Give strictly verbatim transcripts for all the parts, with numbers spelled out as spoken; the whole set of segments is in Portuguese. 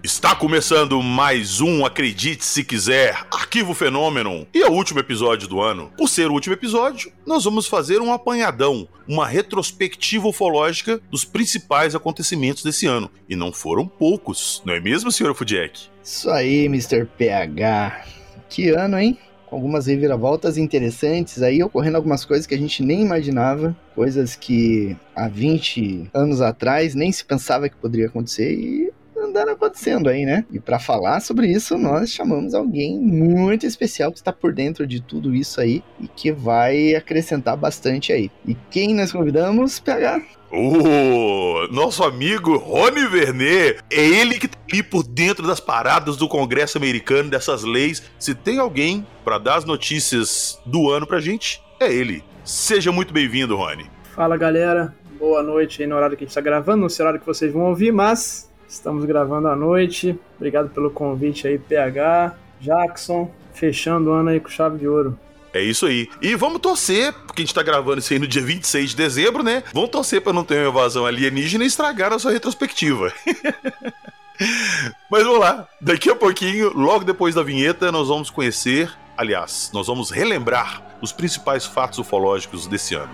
Está começando mais um Acredite Se Quiser, Arquivo Fenômeno, e é o último episódio do ano. Por ser o último episódio, nós vamos fazer um apanhadão, uma retrospectiva ufológica dos principais acontecimentos desse ano. E não foram poucos, não é mesmo, senhor Fudiek? Isso aí, mister P H. Que ano, hein? Com algumas reviravoltas interessantes aí, ocorrendo algumas coisas que a gente nem imaginava, coisas que há vinte anos atrás nem se pensava que poderia acontecer e andaram acontecendo aí, né? E para falar sobre isso, nós chamamos alguém muito especial que está por dentro de tudo isso aí e que vai acrescentar bastante aí. E quem nós convidamos, P H? O nosso amigo Rony Vernet, é ele que tá ali por dentro das paradas do Congresso americano, dessas leis. Se tem alguém para dar as notícias do ano pra gente, é ele. Seja muito bem-vindo, Rony. Fala, galera. Boa noite aí no horário que a gente tá gravando, não sei o horário que vocês vão ouvir, mas estamos gravando à noite. Obrigado pelo convite aí, P H, Jackson, fechando o ano aí com chave de ouro. É isso aí. E vamos torcer, porque a gente tá gravando isso aí no dia vinte e seis de dezembro, né? Vamos torcer pra não ter uma invasão alienígena e estragar a sua retrospectiva. Mas vamos lá. Daqui a pouquinho, logo depois da vinheta, nós vamos conhecer, aliás, nós vamos relembrar os principais fatos ufológicos desse ano.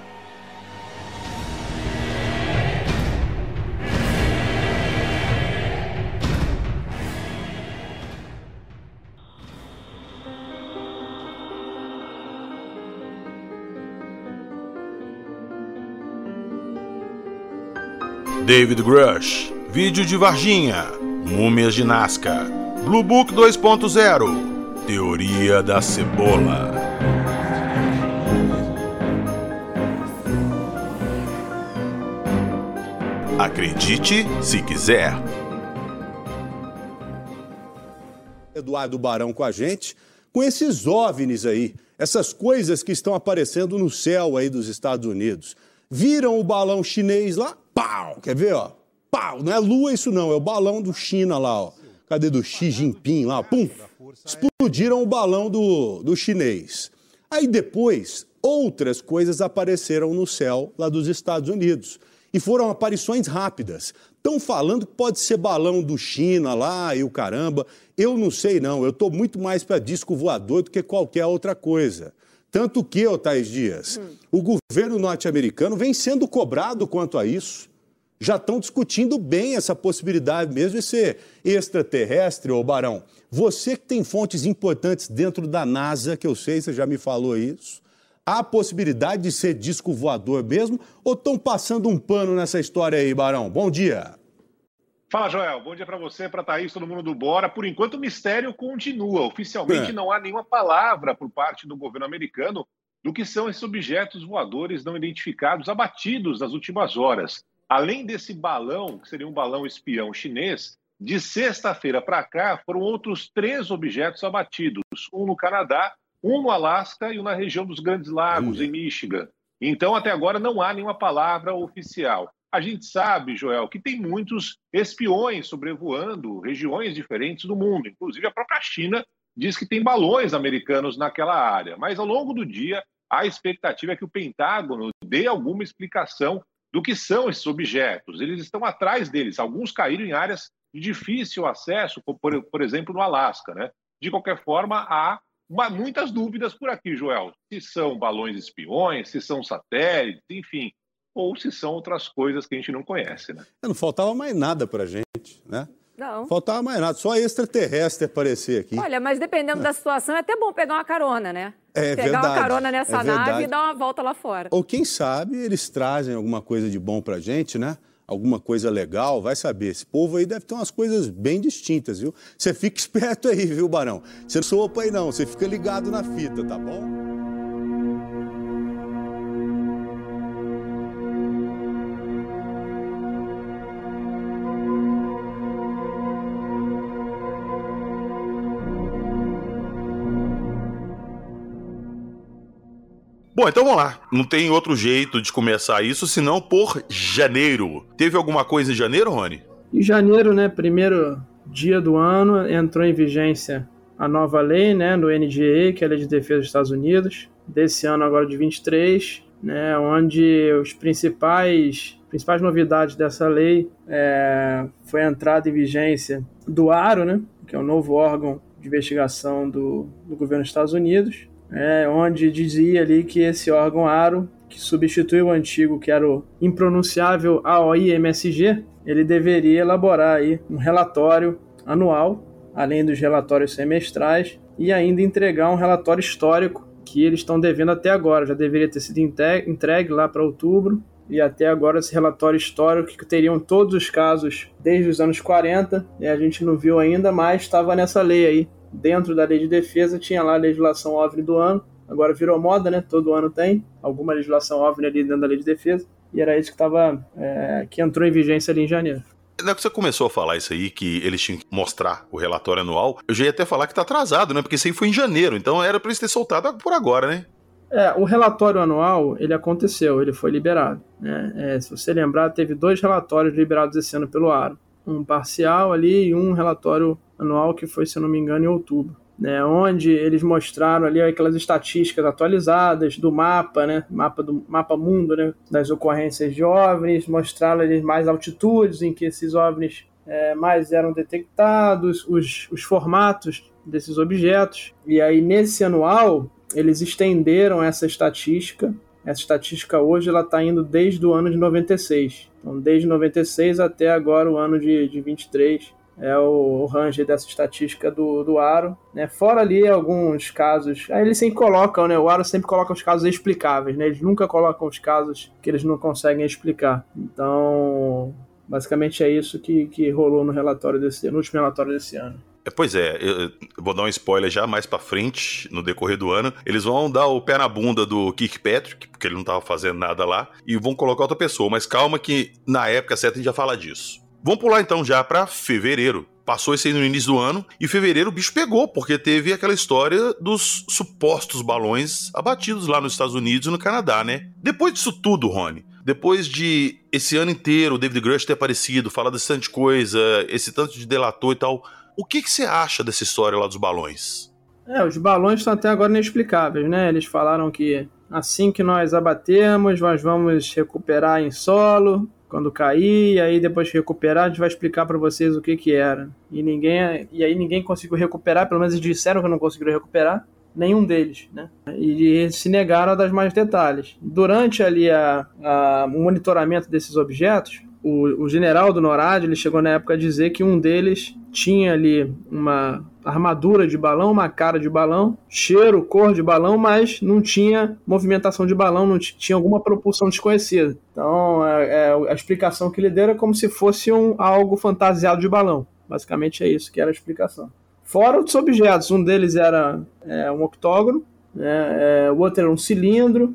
David Grush, Vídeo de Varginha, Múmias de Nazca, Blue Book dois ponto zero, Teoria da Cebola. Acredite se quiser. Eduardo Barão com a gente, com esses OVNIs aí, essas coisas que estão aparecendo no céu aí dos Estados Unidos. Viram o balão chinês lá? Pau! Quer ver, ó? Pau! Não é lua isso não, é o balão do China lá, ó. Cadê do Xi Jinping lá? Pum! Explodiram o balão do, do chinês. Aí depois, outras coisas apareceram no céu lá dos Estados Unidos. E foram aparições rápidas. Estão falando que pode ser balão do China lá e o caramba. Eu não sei não, eu tô muito mais para disco voador do que qualquer outra coisa. Tanto que, Otávio Dias, hum. o governo norte-americano vem sendo cobrado quanto a isso. Já estão discutindo bem essa possibilidade mesmo de ser extraterrestre, ô Barão. Você que tem fontes importantes dentro da NASA, que eu sei, você já me falou isso, há a possibilidade de ser disco voador mesmo ou estão passando um pano nessa história aí, Barão? Bom dia. Fala, Joel. Bom dia para você, para Thaís, todo mundo do Bora. Por enquanto, o mistério continua. Oficialmente, é. não há nenhuma palavra por parte do governo americano do que são esses objetos voadores não identificados abatidos nas últimas horas. Além desse balão, que seria um balão espião chinês, de sexta-feira para cá foram outros três objetos abatidos. Um no Canadá, um no Alasca e um na região dos Grandes Lagos, uhum. em Michigan. Então, até agora, não há nenhuma palavra oficial. A gente sabe, Joel, que tem muitos espiões sobrevoando regiões diferentes do mundo. Inclusive, a própria China diz que tem balões americanos naquela área. Mas, ao longo do dia, a expectativa é que o Pentágono dê alguma explicação do que são esses objetos. Eles estão atrás deles. Alguns caíram em áreas de difícil acesso, como, por, por exemplo, no Alasca, né? De qualquer forma, há uma, muitas dúvidas por aqui, Joel. Se são balões espiões, se são satélites, enfim... ou se são outras coisas que a gente não conhece, né? Não faltava mais nada pra gente, né? Não. Faltava mais nada, só extraterrestre aparecer aqui. Olha, mas dependendo é. da situação, é até bom pegar uma carona, né? É pegar verdade. uma carona nessa é nave e dar uma volta lá fora. Ou quem sabe eles trazem alguma coisa de bom pra gente, né? Alguma coisa legal, vai saber. Esse povo aí deve ter umas coisas bem distintas, viu? Você fica esperto aí, viu, Barão? Você não sopa aí não, você fica ligado na fita, tá bom? Bom, então vamos lá. Não tem outro jeito de começar isso senão por janeiro. Teve alguma coisa em janeiro, Rony? Em janeiro, né, primeiro dia do ano, entrou em vigência a nova lei, né, do N D A, que é a Lei de Defesa dos Estados Unidos, desse ano agora de vinte e três, né, onde os principais principais novidades dessa lei é, foi a entrada em vigência do ARO, né, que é o novo órgão de investigação do, do governo dos Estados Unidos, é, onde dizia ali que esse órgão ARO, que substitui o antigo, que era o impronunciável A O I M S G, ele deveria elaborar aí um relatório anual, além dos relatórios semestrais, e ainda entregar um relatório histórico que eles estão devendo até agora. Já deveria ter sido entregue lá para outubro, e até agora esse relatório histórico que teriam todos os casos desde os anos quarenta, e a gente não viu ainda, mas estava nessa lei aí. Dentro da lei de defesa tinha lá a legislação OVNI do ano, agora virou moda, né? Todo ano tem alguma legislação OVNI ali dentro da lei de defesa, e era isso que, tava, é, que entrou em vigência ali em janeiro. Na hora que você começou a falar isso aí, que eles tinham que mostrar o relatório anual, eu já ia até falar que tá atrasado, né? Porque isso aí foi em janeiro, então era pra eles terem soltado por agora, né? É, o relatório anual, ele aconteceu, ele foi liberado, né? É, se você lembrar, teve dois relatórios liberados esse ano pelo ARO. Um parcial ali e um relatório anual que foi, se eu não me engano, em outubro. Né, onde eles mostraram ali aquelas estatísticas atualizadas do mapa, né, mapa do mapa mundo, né, das ocorrências de OVNIs, mostraram ali mais altitudes em que esses OVNIs é, mais eram detectados, os, os formatos desses objetos. E aí nesse anual eles estenderam essa estatística. Essa estatística hoje ela está indo desde o ano de noventa e seis. Então desde noventa e seis até agora o ano de, de vinte e três. É o, o range dessa estatística do, do ARO, né? Fora ali alguns casos, aí eles sempre colocam, né? O ARO sempre coloca os casos explicáveis, né? Eles nunca colocam os casos que eles não conseguem explicar. Então, basicamente é isso que, que rolou no relatório desse, no último relatório desse ano. É, pois é, eu vou dar um spoiler já mais pra frente, no decorrer do ano. Eles vão dar o pé na bunda do Kirkpatrick, porque ele não tava fazendo nada lá, e vão colocar outra pessoa. Mas calma que na época certa a gente já fala disso. Vamos pular então já pra fevereiro. Passou esse aí no início do ano, e fevereiro o bicho pegou, porque teve aquela história dos supostos balões abatidos lá nos Estados Unidos e no Canadá, né? Depois disso tudo, Rony, depois de esse ano inteiro o David Grush ter aparecido, falar desse tanto de coisa, esse tanto de delator e tal, o que que você acha dessa história lá dos balões? É, os balões estão até agora inexplicáveis, né? Eles falaram que assim que nós abatemos, nós vamos recuperar em solo quando cair, e aí depois de recuperar a gente vai explicar para vocês o que que era. E, ninguém, e aí ninguém conseguiu recuperar, pelo menos eles disseram que não conseguiram recuperar, nenhum deles, né? E se negaram a dar mais detalhes. Durante ali a, a, o monitoramento desses objetos, o, o general do NORAD, ele chegou na época a dizer que um deles tinha ali uma armadura de balão, uma cara de balão, cheiro, cor de balão, mas não tinha movimentação de balão, não t- tinha alguma propulsão desconhecida. Então, é, é, a explicação que ele deu era como se fosse um, algo fantasiado de balão. Basicamente é isso que era a explicação. Fora outros objetos, um deles era é, um octógono, né, é, o outro era um cilindro,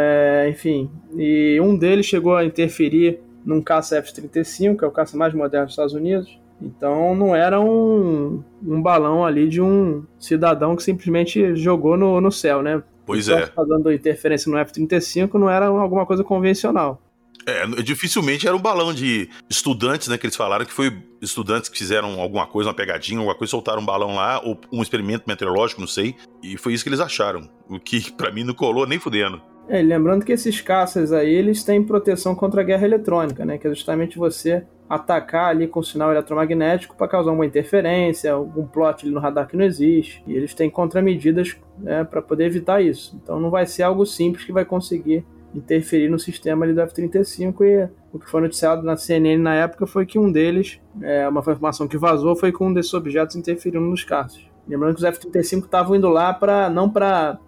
é, enfim, e um deles chegou a interferir num caça F trinta e cinco, que é o caça mais moderno dos Estados Unidos. Então não era um, um balão ali de um cidadão que simplesmente jogou no, no céu, né? Pois então, é. Fazendo interferência no F trinta e cinco não era alguma coisa convencional. É, dificilmente era um balão de estudantes, né, que eles falaram que foi estudantes que fizeram alguma coisa, uma pegadinha, alguma coisa, soltaram um balão lá, ou um experimento meteorológico, não sei, e foi isso que eles acharam, o que pra mim não colou nem fudendo. É, lembrando que esses caças aí, eles têm proteção contra a guerra eletrônica, né, que é justamente você atacar ali com sinal eletromagnético para causar uma interferência, algum plot ali no radar que não existe, e eles têm contramedidas, né, para poder evitar isso. Então não vai ser algo simples que vai conseguir interferir no sistema ali do F trinta e cinco, e o que foi noticiado na C N N na época foi que um deles, é, uma informação que vazou, foi que um desses objetos interferiu nos caças. Lembrando que os F trinta e cinco estavam indo lá para não para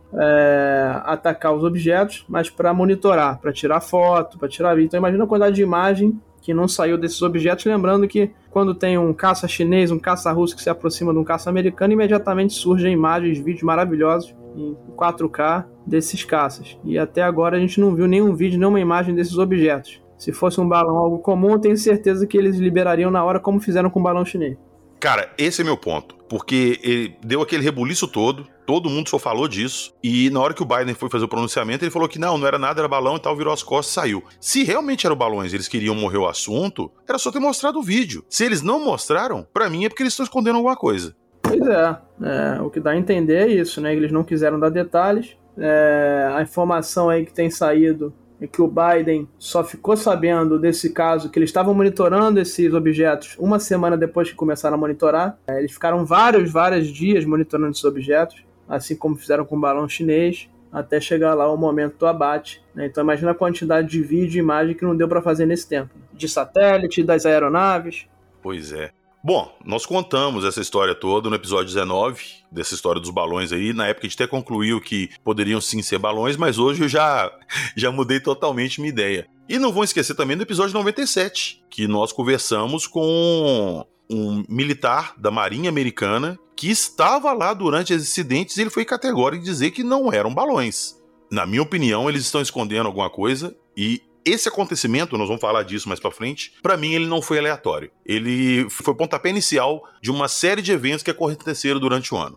é, atacar os objetos, mas para monitorar, para tirar foto, para tirar vídeo. Então imagina a quantidade de imagem que não saiu desses objetos, lembrando que quando tem um caça chinês, um caça russo que se aproxima de um caça americano, imediatamente surgem imagens, vídeos maravilhosos em quatro K desses caças. E até agora a gente não viu nenhum vídeo, nenhuma imagem desses objetos. Se fosse um balão algo comum, eu tenho certeza que eles liberariam na hora, como fizeram com o balão chinês. Cara, esse é meu ponto, porque ele deu aquele rebuliço todo, todo mundo só falou disso, e na hora que o Biden foi fazer o pronunciamento, ele falou que não, não era nada, era balão e tal, virou as costas e saiu. Se realmente eram balões e eles queriam morrer o assunto, era só ter mostrado o vídeo. Se eles não mostraram, pra mim é porque eles estão escondendo alguma coisa. Pois é, é, o que dá a entender é isso, né? Eles não quiseram dar detalhes. É, a informação aí que tem saído é que o Biden só ficou sabendo desse caso, que eles estavam monitorando esses objetos uma semana depois que começaram a monitorar. Eles ficaram vários, vários dias monitorando esses objetos, assim como fizeram com o balão chinês, até chegar lá o momento do abate. Então imagina a quantidade de vídeo e imagem que não deu para fazer nesse tempo. De satélite, das aeronaves. Pois é. Bom, nós contamos essa história toda no episódio dezenove, dessa história dos balões aí. Na época a gente até concluiu que poderiam sim ser balões, mas hoje eu já, já mudei totalmente minha ideia. E não vão esquecer também do episódio noventa e sete, que nós conversamos com um militar da Marinha Americana que estava lá durante esses incidentes e ele foi categórico em dizer que não eram balões. Na minha opinião, eles estão escondendo alguma coisa e esse acontecimento, nós vamos falar disso mais pra frente, pra mim ele não foi aleatório. Ele foi o pontapé inicial de uma série de eventos que aconteceram durante o ano.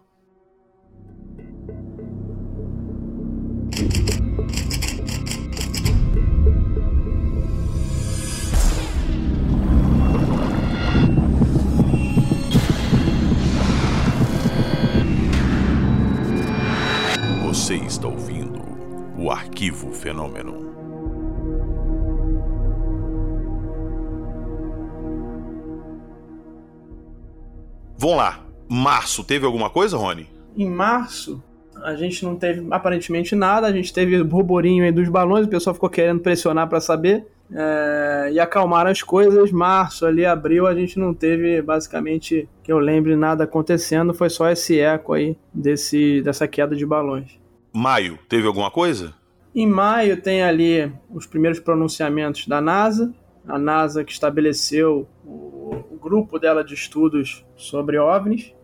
Você está ouvindo o Arquivo Fenômeno. Vamos lá. Março, teve alguma coisa, Rony? Em março, a gente não teve aparentemente nada. A gente teve burburinho aí dos balões. O pessoal ficou querendo pressionar para saber. É, e acalmaram as coisas. Março, ali, abril, a gente não teve, basicamente, que eu lembre, nada acontecendo. Foi só esse eco aí desse, dessa queda de balões. Maio, teve alguma coisa? Em maio tem ali os primeiros pronunciamentos da NASA. A NASA que estabeleceu o, o grupo dela de estudos sobre OVNIs.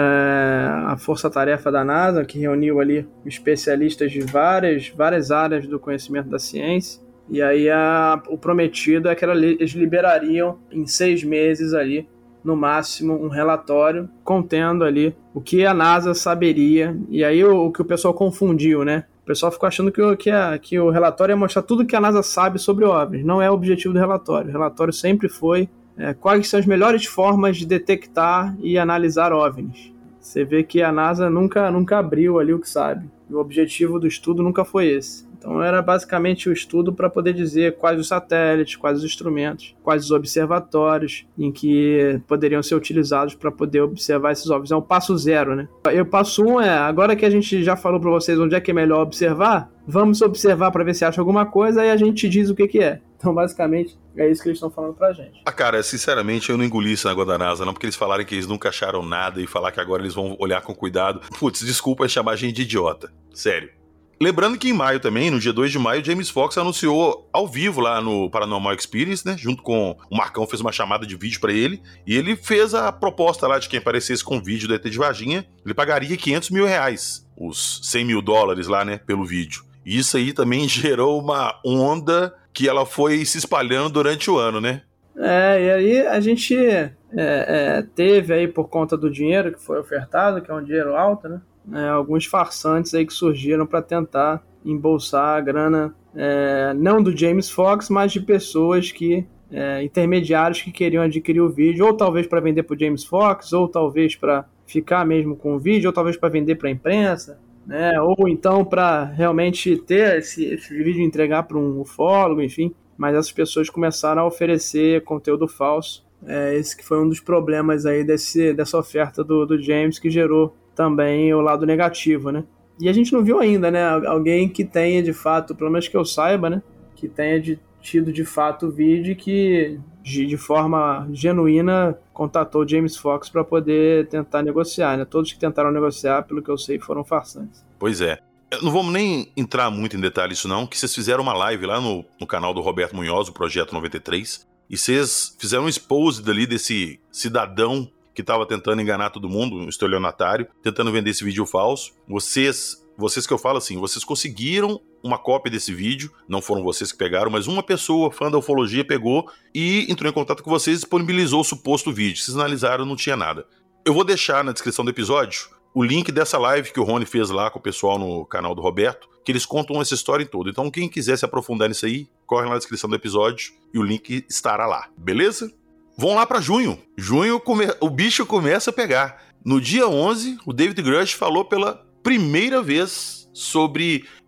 É, a força-tarefa da NASA, que reuniu ali especialistas de várias, várias áreas do conhecimento da ciência. E aí a, o prometido é que eles liberariam em seis meses ali, no máximo, um relatório contendo ali o que a NASA saberia. E aí o, o que o pessoal confundiu, né? O pessoal ficou achando que o, que, a, que o relatório ia mostrar tudo que a NASA sabe sobre OVNIs. Não é o objetivo do relatório. O relatório sempre foi é, quais são as melhores formas de detectar e analisar OVNIs. Você vê que a NASA nunca, nunca abriu ali o que sabe. O objetivo do estudo nunca foi esse. Então era basicamente o estudo para poder dizer quais os satélites, quais os instrumentos, quais os observatórios em que poderiam ser utilizados para poder observar esses OVNIs. É o passo zero, né? E o passo um é, agora que a gente já falou para vocês onde é que é melhor observar, vamos observar para ver se acha alguma coisa e a gente diz o que que é. Então, basicamente, é isso que eles estão falando pra gente. Ah, cara, sinceramente, eu não engoli esse negócio da NASA, não, porque eles falaram que eles nunca acharam nada e falar que agora eles vão olhar com cuidado. Putz, desculpa chamar a gente de idiota. Sério. Lembrando que em maio também, no dia dois de maio, James Fox anunciou ao vivo lá no Paranormal Experience, né? Junto com o Marcão, fez uma chamada de vídeo pra ele. E ele fez a proposta lá de quem aparecesse com o vídeo do E T de Varginha. Ele pagaria quinhentos mil reais, os cem mil dólares lá, né? Pelo vídeo. E isso aí também gerou uma onda que ela foi se espalhando durante o ano, né? É, e aí a gente é, é, teve aí, por conta do dinheiro que foi ofertado, que é um dinheiro alto, né? É, alguns farsantes aí que surgiram para tentar embolsar a grana, é, não do James Fox, mas de pessoas que, é, intermediários que queriam adquirir o vídeo, ou talvez para vender para o James Fox, ou talvez para ficar mesmo com o vídeo, ou talvez para vender para a imprensa, né? Ou então para realmente ter esse, esse vídeo e entregar para um ufólogo, enfim. Mas essas pessoas começaram a oferecer conteúdo falso. É, esse que foi um dos problemas aí desse, dessa oferta do, do James, que gerou também o lado negativo, né? E a gente não viu ainda, né? Alguém que tenha de fato, pelo menos que eu saiba, né? Que tenha de, tido de fato o vídeo que de, de forma genuína contatou o James Fox para poder tentar negociar, né? Todos que tentaram negociar, pelo que eu sei, foram farsantes. Pois é. Não vamos nem entrar muito em detalhe isso não, que vocês fizeram uma live lá no, no canal do Roberto Munhoz, o Projeto noventa e três, e vocês fizeram um expose dali desse cidadão que estava tentando enganar todo mundo, um estelionatário, tentando vender esse vídeo falso. Vocês, vocês que eu falo assim, vocês conseguiram uma cópia desse vídeo, não foram vocês que pegaram, mas uma pessoa, fã da ufologia, pegou e entrou em contato com vocês e disponibilizou o suposto vídeo. Vocês analisaram, não tinha nada. Eu vou deixar na descrição do episódio o link dessa live que o Rony fez lá com o pessoal no canal do Roberto, que eles contam essa história em toda. Então quem quiser se aprofundar nisso aí, corre lá na descrição do episódio e o link estará lá, beleza? Vão lá pra junho. Junho come... o bicho começa a pegar. No dia onze, o David Grush falou pela primeira vez sobre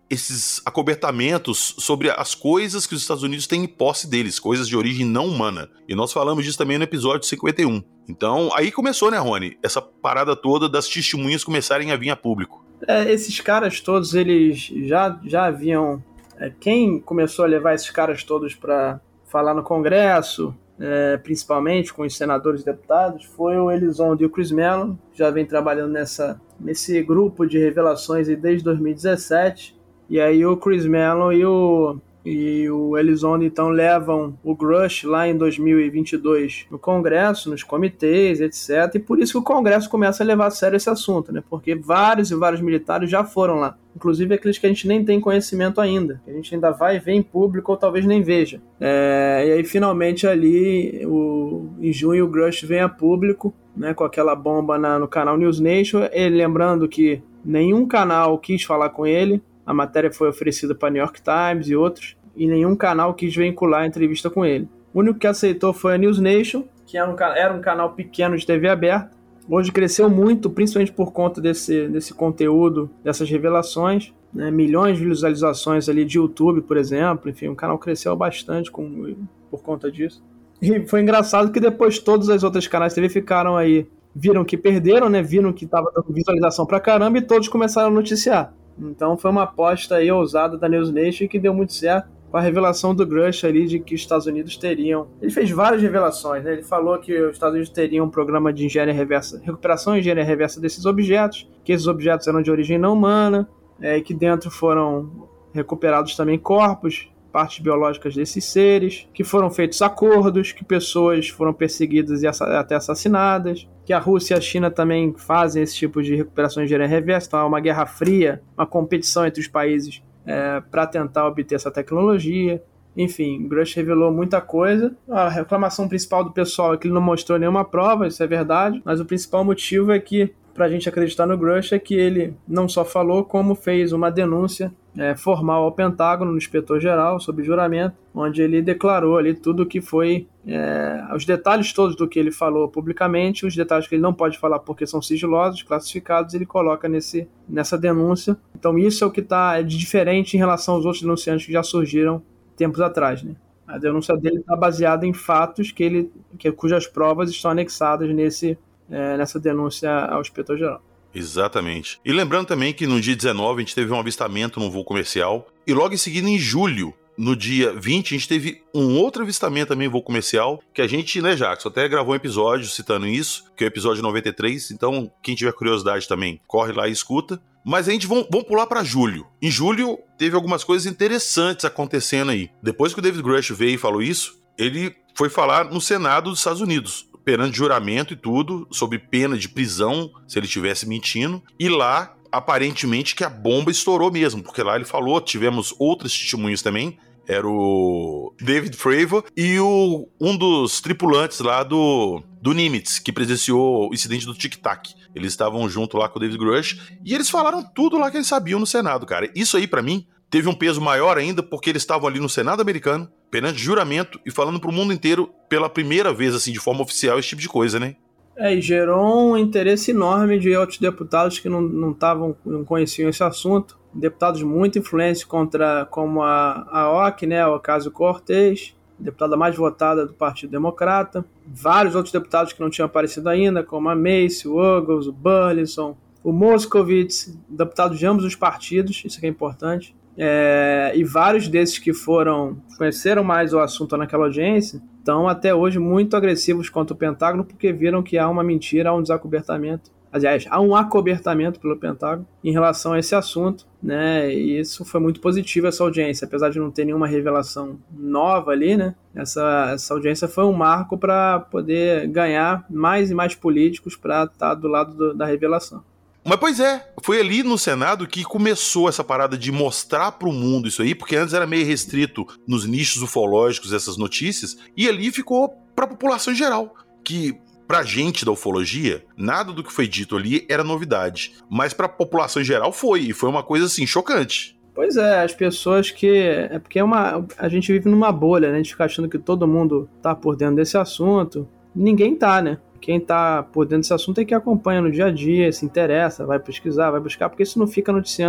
esses acobertamentos sobre as coisas que os Estados Unidos têm em posse deles, coisas de origem não humana. E nós falamos disso também no episódio cinquenta e um. Então, aí começou, né, Rony? Essa parada toda das testemunhas começarem a vir a público. É, esses caras todos, eles já, já haviam... É, quem começou a levar esses caras todos para falar no Congresso, é, principalmente com os senadores e deputados, foi o Elizondo e o Chris Mellon, que já vem trabalhando nessa, nesse grupo de revelações desde dois mil e dezessete. E aí o Chris Mellon e o, e o Elizondo, então, levam o Grush lá em dois mil e vinte e dois no Congresso, nos comitês, etcétera. E por isso que o Congresso começa a levar a sério esse assunto, né? Porque vários e vários militares já foram lá. Inclusive aqueles que a gente nem tem conhecimento ainda. Que a gente ainda vai ver em público ou talvez nem veja. É, e aí, finalmente, ali, o, em junho, o Grush vem a público, né, com aquela bomba na, no canal News Nation. Ele, lembrando que nenhum canal quis falar com ele. A matéria foi oferecida para New York Times e outros, e nenhum canal quis vincular a entrevista com ele. O único que aceitou foi a News Nation, que era um, era um canal pequeno de T V aberta. Hoje cresceu muito, principalmente por conta desse, desse conteúdo, dessas revelações. Né? Milhões de visualizações ali de YouTube, por exemplo. Enfim, o canal cresceu bastante com, por conta disso. E foi engraçado que depois todas as outras canais de T V ficaram aí, viram que perderam, né? Viram que estava dando visualização pra caramba e todos começaram a noticiar. Então foi uma aposta aí ousada da News Nation que deu muito certo, com a revelação do Grush ali de que os Estados Unidos teriam... Ele fez várias revelações, né? Ele falou que os Estados Unidos teriam um programa de engenharia reversa, recuperação e engenharia reversa desses objetos, que esses objetos eram de origem não humana, é, e que dentro foram recuperados também corpos, partes biológicas desses seres, que foram feitos acordos, que pessoas foram perseguidas e assa- até assassinadas, que a Rússia e a China também fazem esse tipo de recuperação de engenharia reversa. Então há uma guerra fria, uma competição entre os países é, para tentar obter essa tecnologia. Enfim, o Grush revelou muita coisa. A reclamação principal do pessoal é que ele não mostrou nenhuma prova, isso é verdade, mas o principal motivo é que, para a gente acreditar no Grush, é que ele não só falou, como fez uma denúncia é, formal ao Pentágono, no inspetor-geral, sob juramento, onde ele declarou ali tudo o que foi, é, os detalhes todos do que ele falou publicamente, os detalhes que ele não pode falar porque são sigilosos, classificados, ele coloca nesse, nessa denúncia. Então isso é o que está de diferente em relação aos outros denunciantes que já surgiram tempos atrás, né? A denúncia dele está baseada em fatos que ele, que, cujas provas estão anexadas nesse, é, nessa denúncia ao inspetor-geral. Exatamente. E lembrando também que no dia dezenove a gente teve um avistamento num voo comercial, e logo em seguida, em julho, no dia vinte, a gente teve um outro avistamento também em voo comercial, que a gente, né, Jackson, até gravou um episódio citando isso, que é o episódio noventa e três, então quem tiver curiosidade também, corre lá e escuta. Mas a gente vamos, vamos pular para julho. Em julho, teve algumas coisas interessantes acontecendo aí. Depois que o David Grush veio e falou isso, ele foi falar no Senado dos Estados Unidos, perante juramento e tudo, sob pena de prisão, se ele estivesse mentindo. E lá, aparentemente, que a bomba estourou mesmo, porque lá ele falou, tivemos outros testemunhos também, era o David Fravor e o, um dos tripulantes lá do, do Nimitz, que presenciou o incidente do Tic Tac. Eles estavam junto lá com o David Grush e eles falaram tudo lá que eles sabiam no Senado, cara. Isso aí, pra mim, teve um peso maior ainda porque eles estavam ali no Senado americano, perante juramento e falando pro mundo inteiro pela primeira vez, assim, de forma oficial, esse tipo de coisa, né? É, e gerou um interesse enorme de outros deputados que não, não, tavam, não conheciam esse assunto. Deputados muito influentes contra, como a, a O C, né, o Ocasio-Cortez, deputada mais votada do Partido Democrata. Vários outros deputados que não tinham aparecido ainda, como a Macy, o Uggles, o Burleson, o Moskowitz, deputados de ambos os partidos, isso aqui é importante. É, e vários desses que foram conheceram mais o assunto naquela audiência estão até hoje muito agressivos contra o Pentágono porque viram que há uma mentira, há um desacobertamento. Aliás, há um acobertamento pelo Pentágono em relação a esse assunto, né? E isso foi muito positivo, essa audiência, apesar de não ter nenhuma revelação nova ali, né? Essa, essa audiência foi um marco para poder ganhar mais e mais políticos para estar do lado do, da revelação. Mas pois é, foi ali no Senado que começou essa parada de mostrar pro mundo isso aí, porque antes era meio restrito nos nichos ufológicos essas notícias, e ali ficou pra população em geral, que pra gente da ufologia, nada do que foi dito ali era novidade, mas pra população em geral foi, e foi uma coisa assim, chocante. Pois é, as pessoas que... É porque é uma, a gente vive numa bolha, né? A gente fica achando que todo mundo tá por dentro desse assunto, ninguém tá, né? Quem está por dentro desse assunto é que acompanha no dia a dia, se interessa, vai pesquisar, vai buscar, porque isso não fica noticiando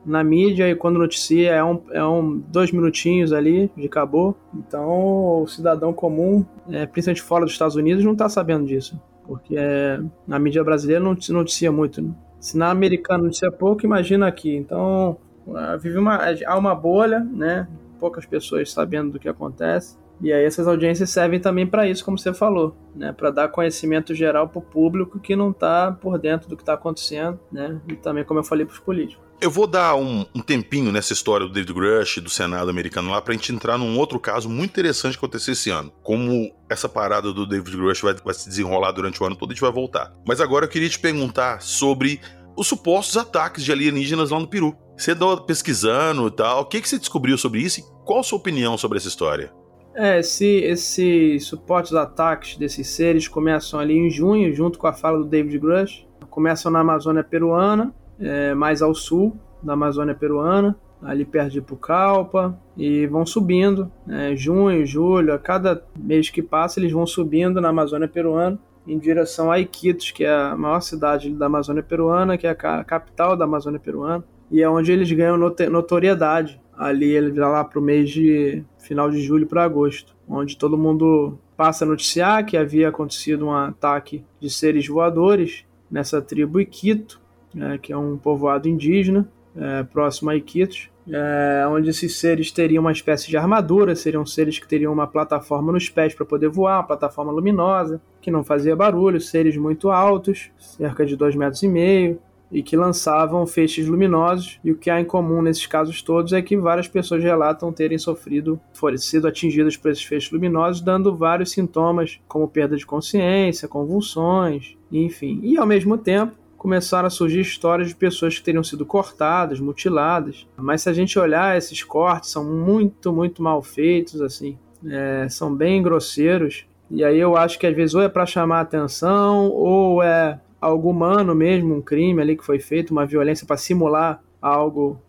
na mídia e quando noticia é um, é um dois minutinhos ali de acabou. Então o cidadão comum, é, principalmente fora dos Estados Unidos, não está sabendo disso, porque é, na mídia brasileira não noticia muito, né? Se na americana noticia pouco, imagina aqui. Então vive uma, há uma bolha, né? Poucas pessoas sabendo do que acontece. E aí essas audiências servem também para isso, como você falou, né? Para dar conhecimento geral para o público que não está por dentro do que está acontecendo, né? E também, como eu falei, para os políticos. Eu vou dar um, um tempinho nessa história do David Grush e do Senado americano lá pra gente entrar num outro caso muito interessante que aconteceu esse ano. Como essa parada do David Grush vai, vai se desenrolar durante o ano todo, a gente vai voltar. Mas agora eu queria te perguntar sobre os supostos ataques de alienígenas lá no Peru. Você andou pesquisando e tal, o que, que você descobriu sobre isso e qual a sua opinião sobre essa história? É, esse, esses supostos ataques desses seres começam ali em junho, junto com a fala do David Grush. Começam na Amazônia peruana, é, mais ao sul da Amazônia peruana, ali perto de Pucallpa, e vão subindo, né, junho, julho, a cada mês que passa eles vão subindo na Amazônia peruana em direção a Iquitos, que é a maior cidade da Amazônia peruana, que é a capital da Amazônia peruana, e é onde eles ganham notoriedade. Ali ele vai lá para o mês de final de julho para agosto, onde todo mundo passa a noticiar que havia acontecido um ataque de seres voadores nessa tribo Iquito, é, que é um povoado indígena é, próximo a Iquitos, é, onde esses seres teriam uma espécie de armadura, seriam seres que teriam uma plataforma nos pés para poder voar, uma plataforma luminosa, que não fazia barulho, seres muito altos, cerca de dois metros e meio, e que lançavam feixes luminosos, e o que há em comum nesses casos todos é que várias pessoas relatam terem sofrido, forem sido atingidas por esses feixes luminosos, dando vários sintomas, como perda de consciência, convulsões, enfim. E ao mesmo tempo, começaram a surgir histórias de pessoas que teriam sido cortadas, mutiladas, mas se a gente olhar, esses cortes são muito, muito mal feitos, assim, é, são bem grosseiros, e aí eu acho que às vezes ou é para chamar a atenção, ou é algo humano mesmo, um crime ali que foi feito, uma violência para simular algo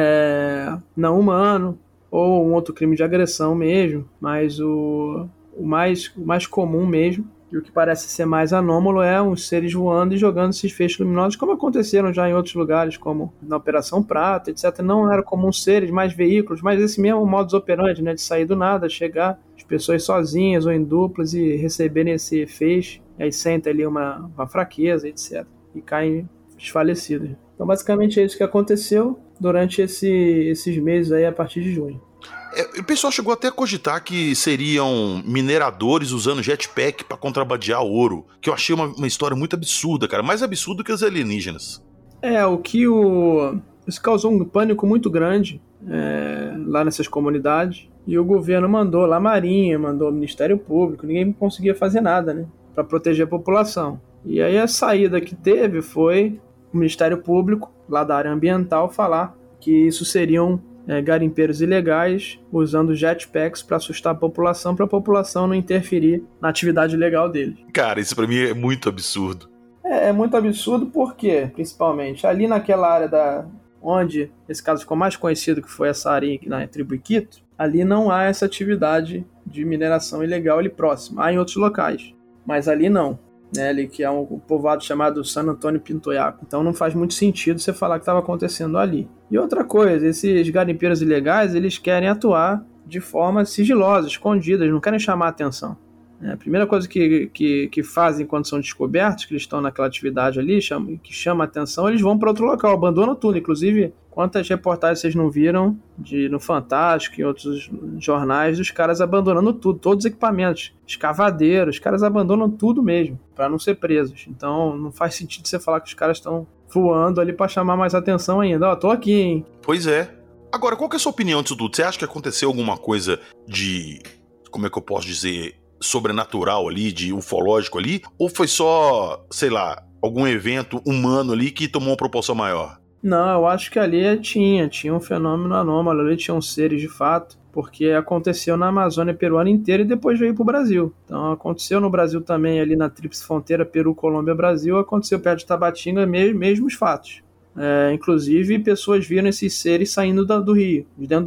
é, não humano, ou um outro crime de agressão mesmo, mas o, o, mais, o mais comum mesmo, e o que parece ser mais anômalo é uns seres voando e jogando esses feixes luminosos, como aconteceram já em outros lugares, como na Operação Prata, etcétera. Não era comum seres, mais veículos, mas esse mesmo modus operandi, né, de sair do nada, chegar, as pessoas sozinhas ou em duplas e receberem esse feixe, aí sentem ali uma, uma fraqueza, etcétera. E caem desfalecidos. Então basicamente é isso que aconteceu durante esse, esses meses aí a partir de junho. É, o pessoal chegou até a cogitar que seriam mineradores usando jetpack para contrabandear ouro, que eu achei uma, uma história muito absurda, cara, mais absurda que os alienígenas. É, o que o... Isso causou um pânico muito grande é, lá nessas comunidades, e o governo mandou lá a Marinha, mandou o Ministério Público, ninguém conseguia fazer nada, né, para proteger a população. E aí a saída que teve foi o Ministério Público, lá da área ambiental, falar que isso seriam É, garimpeiros ilegais usando jetpacks para assustar a população, para a população não interferir na atividade legal deles. Cara, isso para mim é muito absurdo. É, é muito absurdo porque, principalmente, ali naquela área da onde esse caso ficou mais conhecido, que foi essa área na tribo Iquito, ali não há essa atividade de mineração ilegal ali próximo. Há em outros locais, mas ali não. Né, ali que é um povoado chamado San Antônio Pintoyaco. Então não faz muito sentido você falar que estava acontecendo ali. E outra coisa, esses garimpeiros ilegais, eles querem atuar de forma sigilosa, escondida, eles não querem chamar a atenção. É, a primeira coisa que, que, que fazem quando são descobertos, que eles estão naquela atividade ali, chama, que chama a atenção, eles vão para outro local, abandonam tudo. Inclusive, quantas reportagens vocês não viram de, no Fantástico e outros jornais dos caras abandonando tudo, todos os equipamentos, escavadeiros, os caras abandonam tudo mesmo, para não ser presos. Então, não faz sentido você falar que os caras estão voando ali para chamar mais atenção ainda. Ó, oh, tô aqui, hein? Pois é. Agora, qual que é a sua opinião disso tudo? Você acha que aconteceu alguma coisa de, como é que eu posso dizer, sobrenatural ali, de ufológico ali? Ou foi só, sei lá, algum evento humano ali que tomou uma proporção maior? Não, eu acho que ali tinha, tinha um fenômeno anômalo, ali tinham seres de fato, porque aconteceu na Amazônia peruana inteira e depois veio para o Brasil. Então aconteceu no Brasil também, ali na tríplice fronteira Peru, Colômbia, Brasil, aconteceu perto de Tabatinga, mesmo, mesmos fatos. É, inclusive, pessoas viram esses seres saindo da, do rio, de dentro do rio.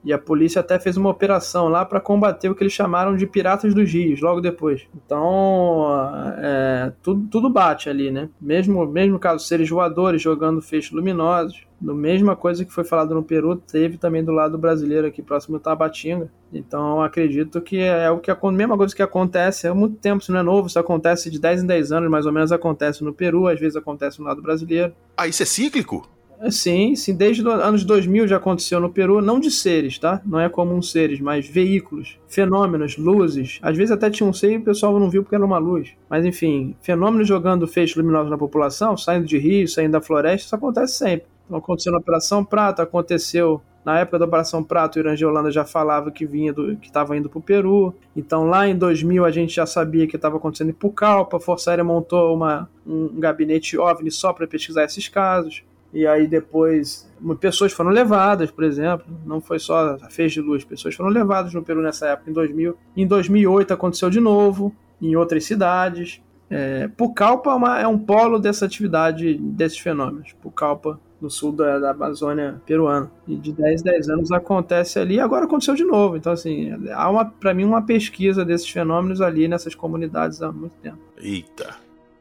E a polícia até fez uma operação lá para combater o que eles chamaram de piratas dos rios, logo depois. Então, é, tudo, tudo bate ali, né? Mesmo, mesmo caso seres voadores jogando feixes luminosos, a mesma coisa que foi falado no Peru, teve também do lado brasileiro aqui, próximo do Tabatinga. Então, acredito que é o que a mesma coisa que acontece há muito tempo, isso não é novo, isso acontece de dez em dez anos, mais ou menos acontece no Peru, às vezes acontece no lado brasileiro. Ah, isso é cíclico? Sim, sim, desde os anos dois mil já aconteceu no Peru, não de seres, tá? Não é comum seres, mas veículos, fenômenos, luzes. Às vezes até tinha um ser e o pessoal não viu porque era uma luz. Mas enfim, fenômenos jogando feixes luminosos na população, saindo de rios, saindo da floresta, isso acontece sempre. Então aconteceu na Operação Prato, aconteceu na época da Operação Prato, o Irã de Holanda já falava que vinha do, que estava indo para o Peru. Então lá em dois mil a gente já sabia que estava acontecendo em Pucallpa, a Força Aérea montou uma, um, um gabinete OVNI só para pesquisar esses casos. E aí depois, pessoas foram levadas, por exemplo, não foi só a feixe de luz, pessoas foram levadas no Peru nessa época, em dois mil. Em dois mil e oito aconteceu de novo, em outras cidades. É, Pucallpa é, uma, é um polo dessa atividade, desses fenômenos. Pucallpa, no sul da, da Amazônia peruana. E de dez em dez anos acontece ali, e agora aconteceu de novo. Então, assim, há para mim uma pesquisa desses fenômenos ali nessas comunidades há muito tempo. Eita.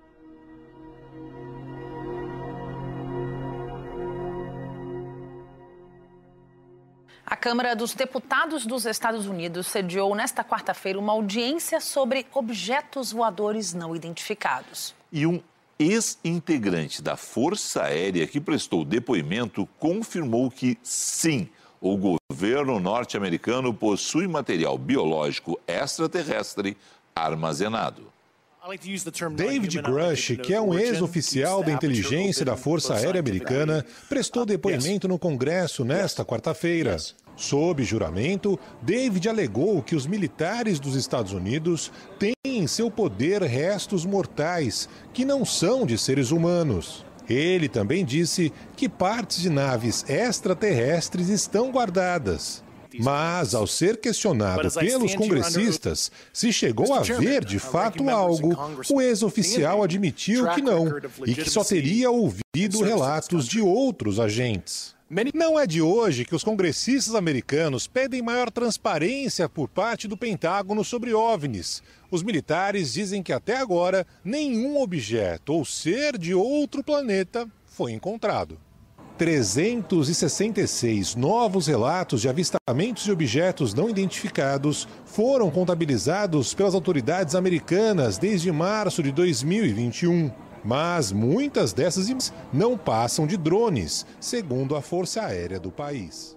A Câmara dos Deputados dos Estados Unidos sediou nesta quarta-feira uma audiência sobre objetos voadores não identificados. E um ex-integrante da Força Aérea que prestou depoimento confirmou que, sim, o governo norte-americano possui material biológico extraterrestre armazenado. David Grush, que é um ex-oficial da inteligência da Força Aérea Americana, prestou depoimento no Congresso nesta quarta-feira. Sob juramento, David alegou que os militares dos Estados Unidos têm em seu poder restos mortais que não são de seres humanos. Ele também disse que partes de naves extraterrestres estão guardadas. Mas, ao ser questionado pelos congressistas se chegou a ver de fato algo, o ex-oficial admitiu que não e que só teria ouvido relatos de outros agentes. Não é de hoje que os congressistas americanos pedem maior transparência por parte do Pentágono sobre OVNIs. Os militares dizem que até agora nenhum objeto ou ser de outro planeta foi encontrado. trezentos e sessenta e seis novos relatos de avistamentos de objetos não identificados foram contabilizados pelas autoridades americanas desde março de dois mil e vinte e um. Mas muitas dessas imagens não passam de drones, segundo a Força Aérea do país.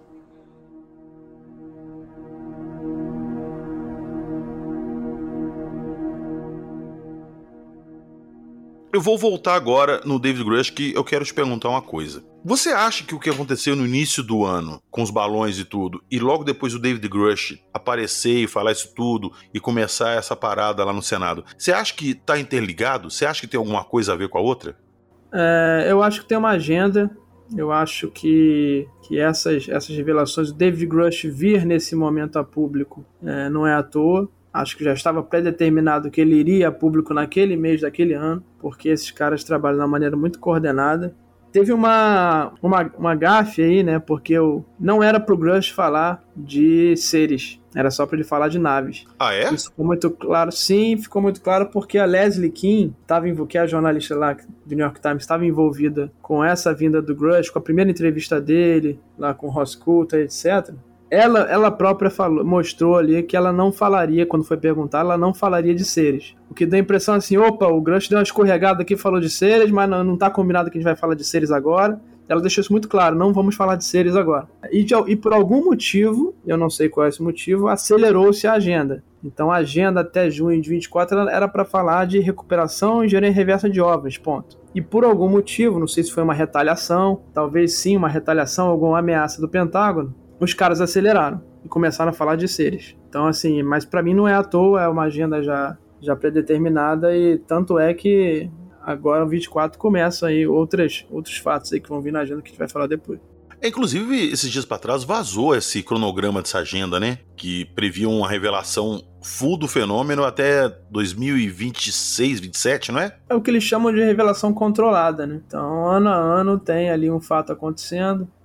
Eu vou voltar agora no David Grush, que eu quero te perguntar uma coisa. Você acha que o que aconteceu no início do ano, com os balões e tudo, e logo depois o David Grush aparecer e falar isso tudo e começar essa parada lá no Senado, você acha que tá interligado? Você acha que tem alguma coisa a ver com a outra? É, eu acho que tem uma agenda. Eu acho que, que essas, essas revelações, o David Grush vir nesse momento a público é, não é à toa. Acho que já estava pré-determinado que ele iria a público naquele mês daquele ano, porque esses caras trabalham de uma maneira muito coordenada. Teve uma, uma, uma gafe aí, né? Porque eu, não era pro Grush falar de seres, era só para ele falar de naves. Ah, é? Isso ficou muito claro, sim, ficou muito claro porque a Leslie King, tava, que é a jornalista lá do New York Times, estava envolvida com essa vinda do Grush, com a primeira entrevista dele, lá com o Ross Coulter, etcétera. Ela, ela própria falou, mostrou ali que ela não falaria, quando foi perguntar, ela não falaria de seres. O que dá a impressão assim, opa, o Grush deu uma escorregada aqui, falou de seres, mas não, não tá combinado que a gente vai falar de seres agora. Ela deixou isso muito claro, não vamos falar de seres agora. E, de, e por algum motivo, eu não sei qual é esse motivo, acelerou-se a agenda. Então a agenda até junho de vinte e quatro era para falar de recuperação e engenharia reversa de OVNIs, ponto. E por algum motivo, não sei se foi uma retaliação, talvez sim uma retaliação, alguma ameaça do Pentágono, os caras aceleraram e começaram a falar de seres. Então, assim, mas pra mim não é à toa, é uma agenda já, já predeterminada e tanto é que agora o vinte e quatro começa aí outras, outros fatos aí que vão vir na agenda que a gente vai falar depois. Inclusive, esses dias pra trás vazou esse cronograma dessa agenda, né? Que previa uma revelação full do fenômeno até dois mil e vinte e seis, vinte e sete, não é? É o que eles chamam de revelação controlada, né? Então, ano a ano tem ali um fato acontecendo.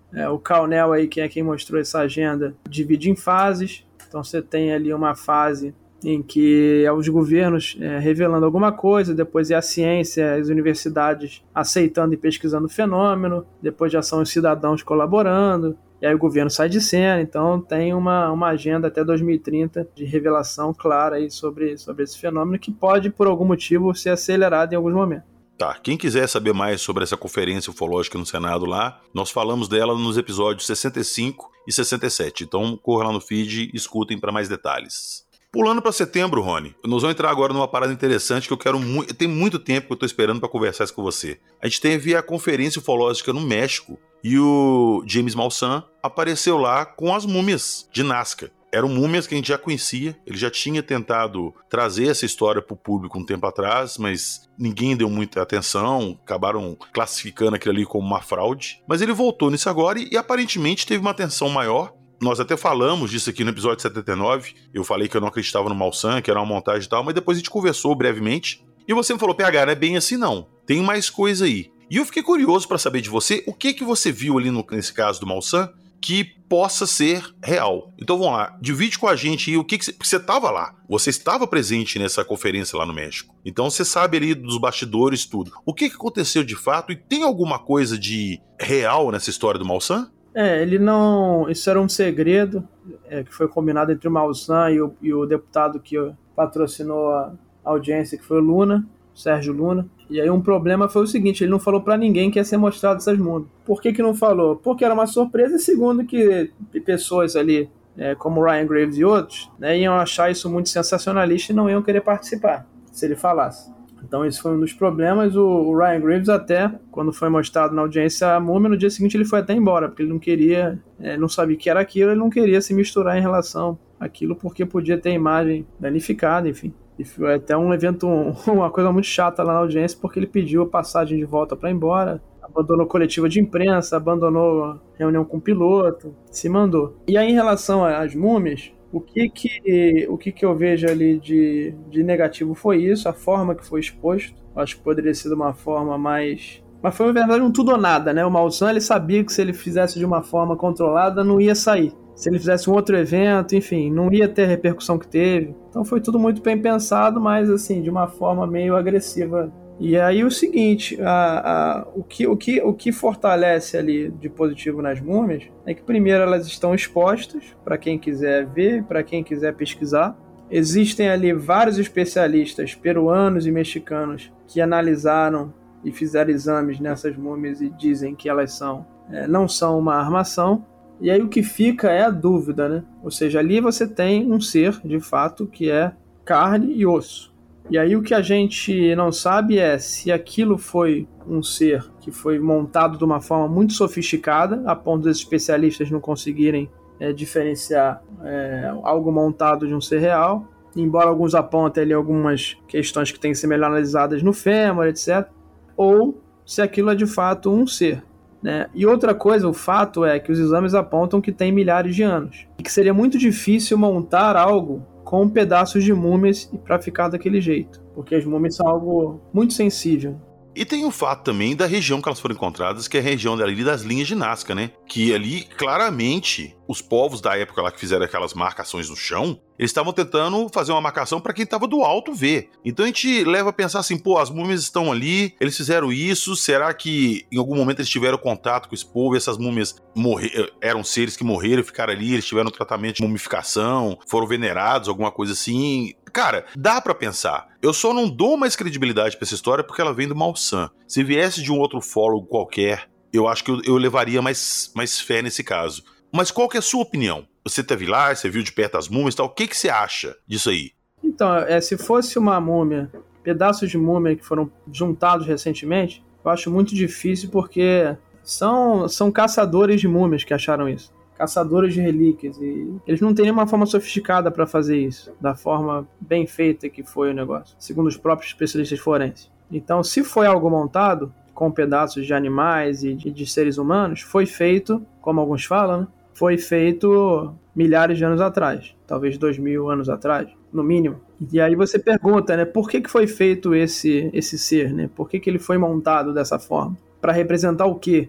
É, o Carnell aí, que é quem mostrou essa agenda, divide em fases. Então você tem ali uma fase em que é os governos é, revelando alguma coisa, depois é a ciência, as universidades aceitando e pesquisando o fenômeno, depois já são os cidadãos colaborando, e aí o governo sai de cena. Então tem uma, uma agenda até dois mil e trinta de revelação clara aí sobre, sobre esse fenômeno, que pode, por algum motivo, ser acelerado em alguns momentos. Tá, quem quiser saber mais sobre essa conferência ufológica no Senado lá, nós falamos dela nos episódios sessenta e cinco e sessenta e sete, então corra lá no feed e escutem para mais detalhes. Pulando para setembro, Rony, nós vamos entrar agora numa parada interessante que eu quero muito. Tem muito tempo que eu tô esperando para conversar isso com você. A gente teve a conferência ufológica no México e o James Maussan apareceu lá com as múmias de Nazca. Eram múmias que a gente já conhecia, ele já tinha tentado trazer essa história para o público um tempo atrás, mas ninguém deu muita atenção, acabaram classificando aquilo ali como uma fraude. Mas ele voltou nisso agora e, e aparentemente teve uma atenção maior. Nós até falamos disso aqui no episódio setenta e nove, eu falei que eu não acreditava no Maussan, que era uma montagem e tal, mas depois a gente conversou brevemente, e você me falou, P H, não é bem assim não, tem mais coisa aí. E eu fiquei curioso para saber de você, o que que você viu ali no, nesse caso do Maussan, que possa ser real. Então vamos lá, divide com a gente aí o que que você... Porque você estava lá, você estava presente nessa conferência lá no México, então você sabe ali dos bastidores tudo. O que que aconteceu de fato e tem alguma coisa de real nessa história do Maussan? É, ele não... Isso era um segredo é, que foi combinado entre o Maussan e o, e o deputado que patrocinou a audiência, que foi o Luna, Sérgio Luna. E aí um problema foi o seguinte, ele não falou pra ninguém que ia ser mostrado essas múmias. Por que que não falou? Porque era uma surpresa, segundo que pessoas ali, é, como Ryan Graves e outros, né, iam achar isso muito sensacionalista e não iam querer participar, se ele falasse. Então esse foi um dos problemas. O, o Ryan Graves até, quando foi mostrado na audiência a múmia, no dia seguinte ele foi até embora, porque ele não queria, é, não sabia o que era aquilo, ele não queria se misturar em relação àquilo, porque podia ter a imagem danificada, enfim. E foi até um evento, uma coisa muito chata lá na audiência, porque ele pediu a passagem de volta para ir embora, abandonou coletiva de imprensa, abandonou reunião com o piloto, se mandou. E aí em relação às múmias, O que que, o que que eu vejo ali de, de negativo foi isso, a forma que foi exposto. Acho que poderia ser de uma forma mais... Mas foi, na verdade, um tudo ou nada, né? O Maussan, ele sabia que se ele fizesse de uma forma controlada, não ia sair. Se ele fizesse um outro evento, enfim, não ia ter a repercussão que teve. Então foi tudo muito bem pensado, mas, assim, de uma forma meio agressiva. E aí o seguinte, a, a, o, que, o, que, o que fortalece ali de positivo nas múmias é que primeiro elas estão expostas para quem quiser ver, para quem quiser pesquisar. Existem ali vários especialistas peruanos e mexicanos que analisaram e fizeram exames nessas múmias e dizem que elas são, é, não são uma armação. E aí o que fica é a dúvida, né? Ou seja, ali você tem um ser, de fato, que é carne e osso. E aí o que a gente não sabe é se aquilo foi um ser que foi montado de uma forma muito sofisticada, a ponto dos especialistas não conseguirem é, diferenciar é, algo montado de um ser real, embora alguns apontem ali algumas questões que têm que ser melhor analisadas no fêmur, etcétera, ou se aquilo é de fato um ser. Né? E outra coisa, o fato é que os exames apontam que tem milhares de anos, e que seria muito difícil montar algo com pedaços de múmias e para ficar daquele jeito, porque as múmias são algo muito sensível. E tem o fato também da região que elas foram encontradas, que é a região ali das linhas de Nazca, né? Que ali, claramente, os povos da época lá que fizeram aquelas marcações no chão, eles estavam tentando fazer uma marcação para quem estava do alto ver. Então a gente leva a pensar assim, pô, as múmias estão ali, eles fizeram isso, será que em algum momento eles tiveram contato com esse povo e essas múmias morrer, eram seres que morreram e ficaram ali, eles tiveram um tratamento de mumificação, foram venerados, alguma coisa assim... Cara, dá pra pensar. Eu só não dou mais credibilidade pra essa história porque ela vem do Maussan. Se viesse de um outro ufólogo qualquer, eu acho que eu, eu levaria mais, mais fé nesse caso. Mas qual que é a sua opinião? Você teve lá, você viu de perto as múmias e tal, o que, que você acha disso aí? Então, é, se fosse uma múmia, pedaços de múmia que foram juntados recentemente, eu acho muito difícil porque são, são caçadores de múmias que acharam isso. Caçadores de relíquias, e eles não têm nenhuma forma sofisticada para fazer isso, da forma bem feita que foi o negócio, segundo os próprios especialistas forenses. Então, se foi algo montado com pedaços de animais e de, de seres humanos, foi feito, como alguns falam, né? Foi feito milhares de anos atrás, talvez dois mil anos atrás, no mínimo. E aí você pergunta, né, por que que foi feito esse, esse ser, né? Por que que ele foi montado dessa forma? Para representar o quê?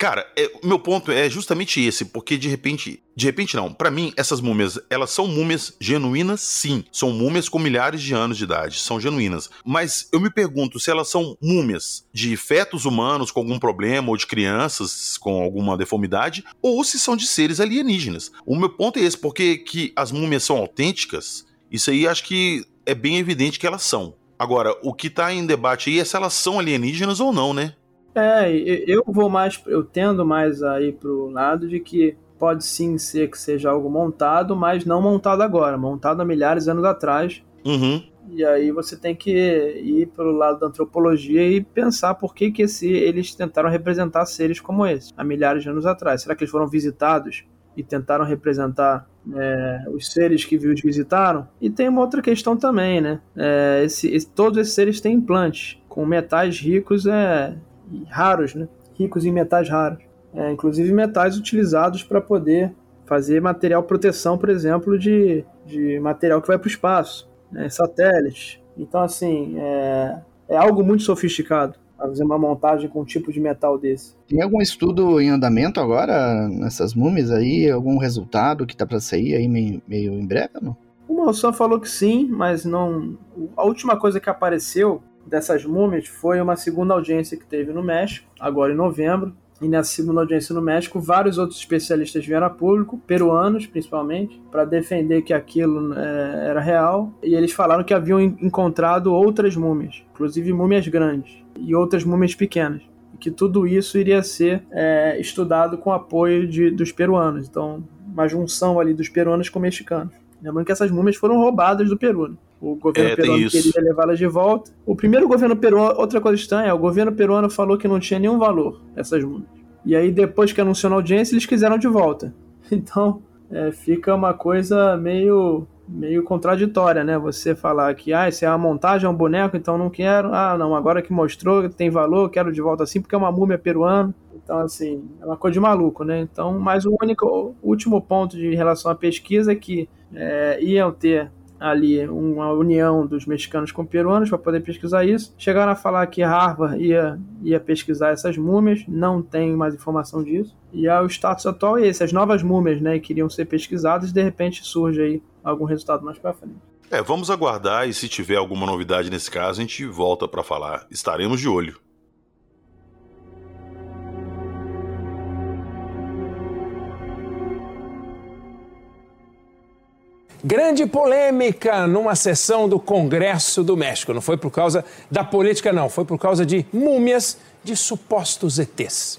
Cara, é, o meu ponto é justamente esse, porque de repente, de repente não, pra mim essas múmias, elas são múmias genuínas, sim, são múmias com milhares de anos de idade, são genuínas, mas eu me pergunto se elas são múmias de fetos humanos com algum problema, ou de crianças com alguma deformidade, ou se são de seres alienígenas. O meu ponto é esse, porque que as múmias são autênticas, isso aí acho que é bem evidente que elas são. Agora, o que tá em debate aí é se elas são alienígenas ou não, né? É, eu vou mais, eu tendo mais a ir pro lado de que pode sim ser que seja algo montado, mas não montado agora, montado há milhares de anos atrás. Uhum. E aí você tem que ir pelo lado da antropologia e pensar por que, que esse, eles tentaram representar seres como esse, há milhares de anos atrás. Será que eles foram visitados e tentaram representar é, os seres que os visitaram? E tem uma outra questão também, né? É, esse, esse, todos esses seres têm implantes com metais ricos, é... raros, né? Ricos em metais raros. É, inclusive metais utilizados para poder fazer material proteção, por exemplo, de, de material que vai para o espaço, né? Satélites. Então, assim, é, é algo muito sofisticado fazer uma montagem com um tipo de metal desse. Tem algum estudo em andamento agora nessas múmias aí? Algum resultado que tá para sair aí meio, meio em breve ou não? O Malsan falou que sim, mas não... A última coisa que apareceu dessas múmias foi uma segunda audiência que teve no México, agora em novembro, e nessa segunda audiência no México, vários outros especialistas vieram a público, peruanos principalmente, para defender que aquilo é, era real, e eles falaram que haviam encontrado outras múmias, inclusive múmias grandes, e outras múmias pequenas, e que tudo isso iria ser é, estudado com apoio de, dos peruanos, então uma junção ali dos peruanos com mexicanos. Lembrando que essas múmias foram roubadas do Peru, né? O governo é, peruano queria levá-las de volta. O primeiro governo peruano, outra coisa estranha, o governo peruano falou que não tinha nenhum valor essas múmias. E aí depois que anunciou a audiência, eles quiseram de volta. Então é, fica uma coisa meio, meio contraditória, né? Você falar que ah, isso é uma montagem, é um boneco, então não quero. Ah, não, agora que mostrou que tem valor, quero de volta assim, porque é uma múmia peruana. Então, assim, é uma coisa de maluco, né? Então, mas o único, o último ponto de relação à pesquisa é que é, iam ter ali uma união dos mexicanos com peruanos para poder pesquisar isso. Chegaram a falar que Harvard ia, ia pesquisar essas múmias, não tem mais informação disso. E aí, o status atual é esse, as novas múmias, né, que iriam ser pesquisadas e de repente surge aí algum resultado mais para frente. É, vamos aguardar e se tiver alguma novidade nesse caso, a gente volta para falar. Estaremos de olho. Grande polêmica numa sessão do Congresso do México. Não foi por causa da política, não. Foi por causa de múmias de supostos E Tês.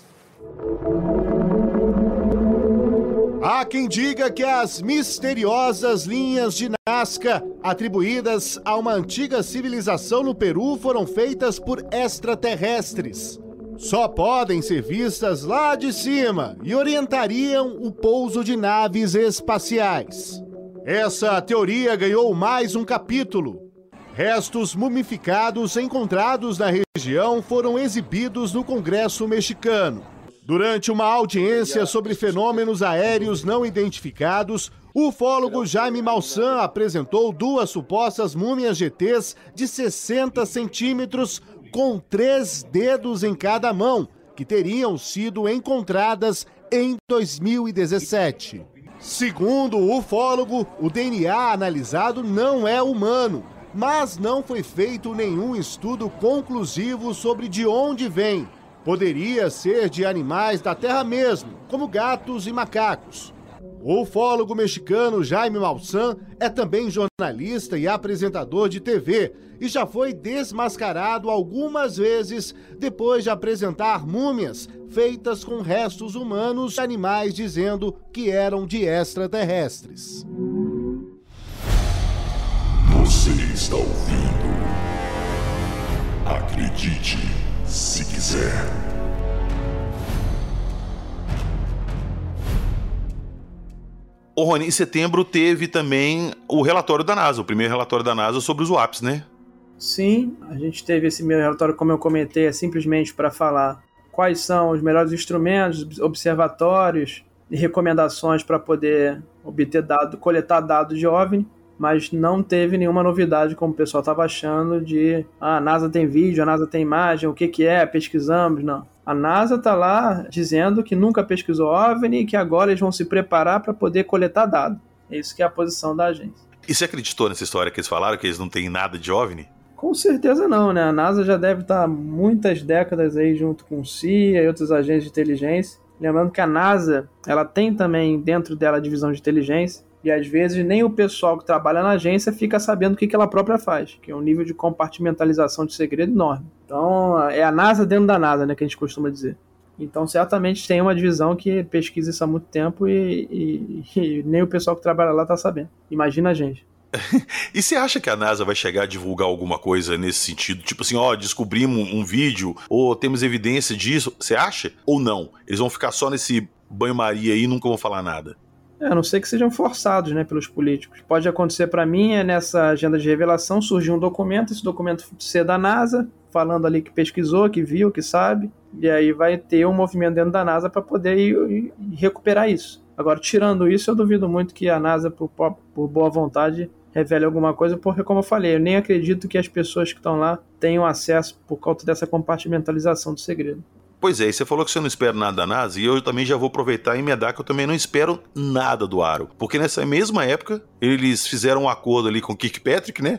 Há quem diga que as misteriosas linhas de Nazca, atribuídas a uma antiga civilização no Peru, foram feitas por extraterrestres. Só podem ser vistas lá de cima e orientariam o pouso de naves espaciais. Essa teoria ganhou mais um capítulo. Restos mumificados encontrados na região foram exibidos no Congresso mexicano. Durante uma audiência sobre fenômenos aéreos não identificados, o ufólogo Jaime Maussan apresentou duas supostas múmias de E Tês de sessenta centímetros com três dedos em cada mão, que teriam sido encontradas em dois mil e dezessete. Segundo o ufólogo, o D N A analisado não é humano, mas não foi feito nenhum estudo conclusivo sobre de onde vem. Poderia ser de animais da terra mesmo, como gatos e macacos. O ufólogo mexicano Jaime Maussan é também jornalista e apresentador de T V e já foi desmascarado algumas vezes depois de apresentar múmias feitas com restos humanos e animais, dizendo que eram de extraterrestres. Você está ouvindo? Acredite se quiser. Ô Rony, em setembro teve também o relatório da NASA, o primeiro relatório da NASA sobre os W A Ps, né? Sim, a gente teve esse primeiro relatório, como eu comentei, é simplesmente para falar quais são os melhores instrumentos, observatórios e recomendações para poder obter dado, coletar dados de OVNI, mas não teve nenhuma novidade, como o pessoal estava achando, de ah, a NASA tem vídeo, a NASA tem imagem, o que que é, pesquisamos, não. A NASA está lá dizendo que nunca pesquisou OVNI e que agora eles vão se preparar para poder coletar dados. É isso que é a posição da agência. E você acreditou nessa história que eles falaram, que eles não têm nada de OVNI? Com certeza não, né? A NASA já deve estar muitas décadas aí junto com o C I A e outros agentes de inteligência. Lembrando que a NASA, ela tem também dentro dela a divisão de inteligência, e às vezes nem o pessoal que trabalha na agência fica sabendo o que ela própria faz, que é um nível de compartimentalização de segredo enorme. Então, é a NASA dentro da NASA, né, que a gente costuma dizer. Então, certamente tem uma divisão que pesquisa isso há muito tempo e, e, e nem o pessoal que trabalha lá está sabendo. Imagina a gente. E você acha que a NASA vai chegar a divulgar alguma coisa nesse sentido? Tipo assim, ó, descobrimos um vídeo, ou temos evidência disso. Você acha? Ou não? Eles vão ficar só nesse banho-maria aí e nunca vão falar nada? É, a não ser que sejam forçados, né, pelos políticos. Pode acontecer para mim, é nessa agenda de revelação, surgir um documento, esse documento ser da NASA, falando ali que pesquisou, que viu, que sabe, e aí vai ter um movimento dentro da NASA para poder ir, ir, ir recuperar isso. Agora, tirando isso, eu duvido muito que a NASA, por, por boa vontade, revele alguma coisa, porque, como eu falei, eu nem acredito que as pessoas que estão lá tenham acesso por causa dessa compartimentalização do segredo. Pois é, e você falou que você não espera nada da NASA, e eu também já vou aproveitar e emendar que eu também não espero nada do Aro. Porque nessa mesma época, eles fizeram um acordo ali com o Kirkpatrick, né?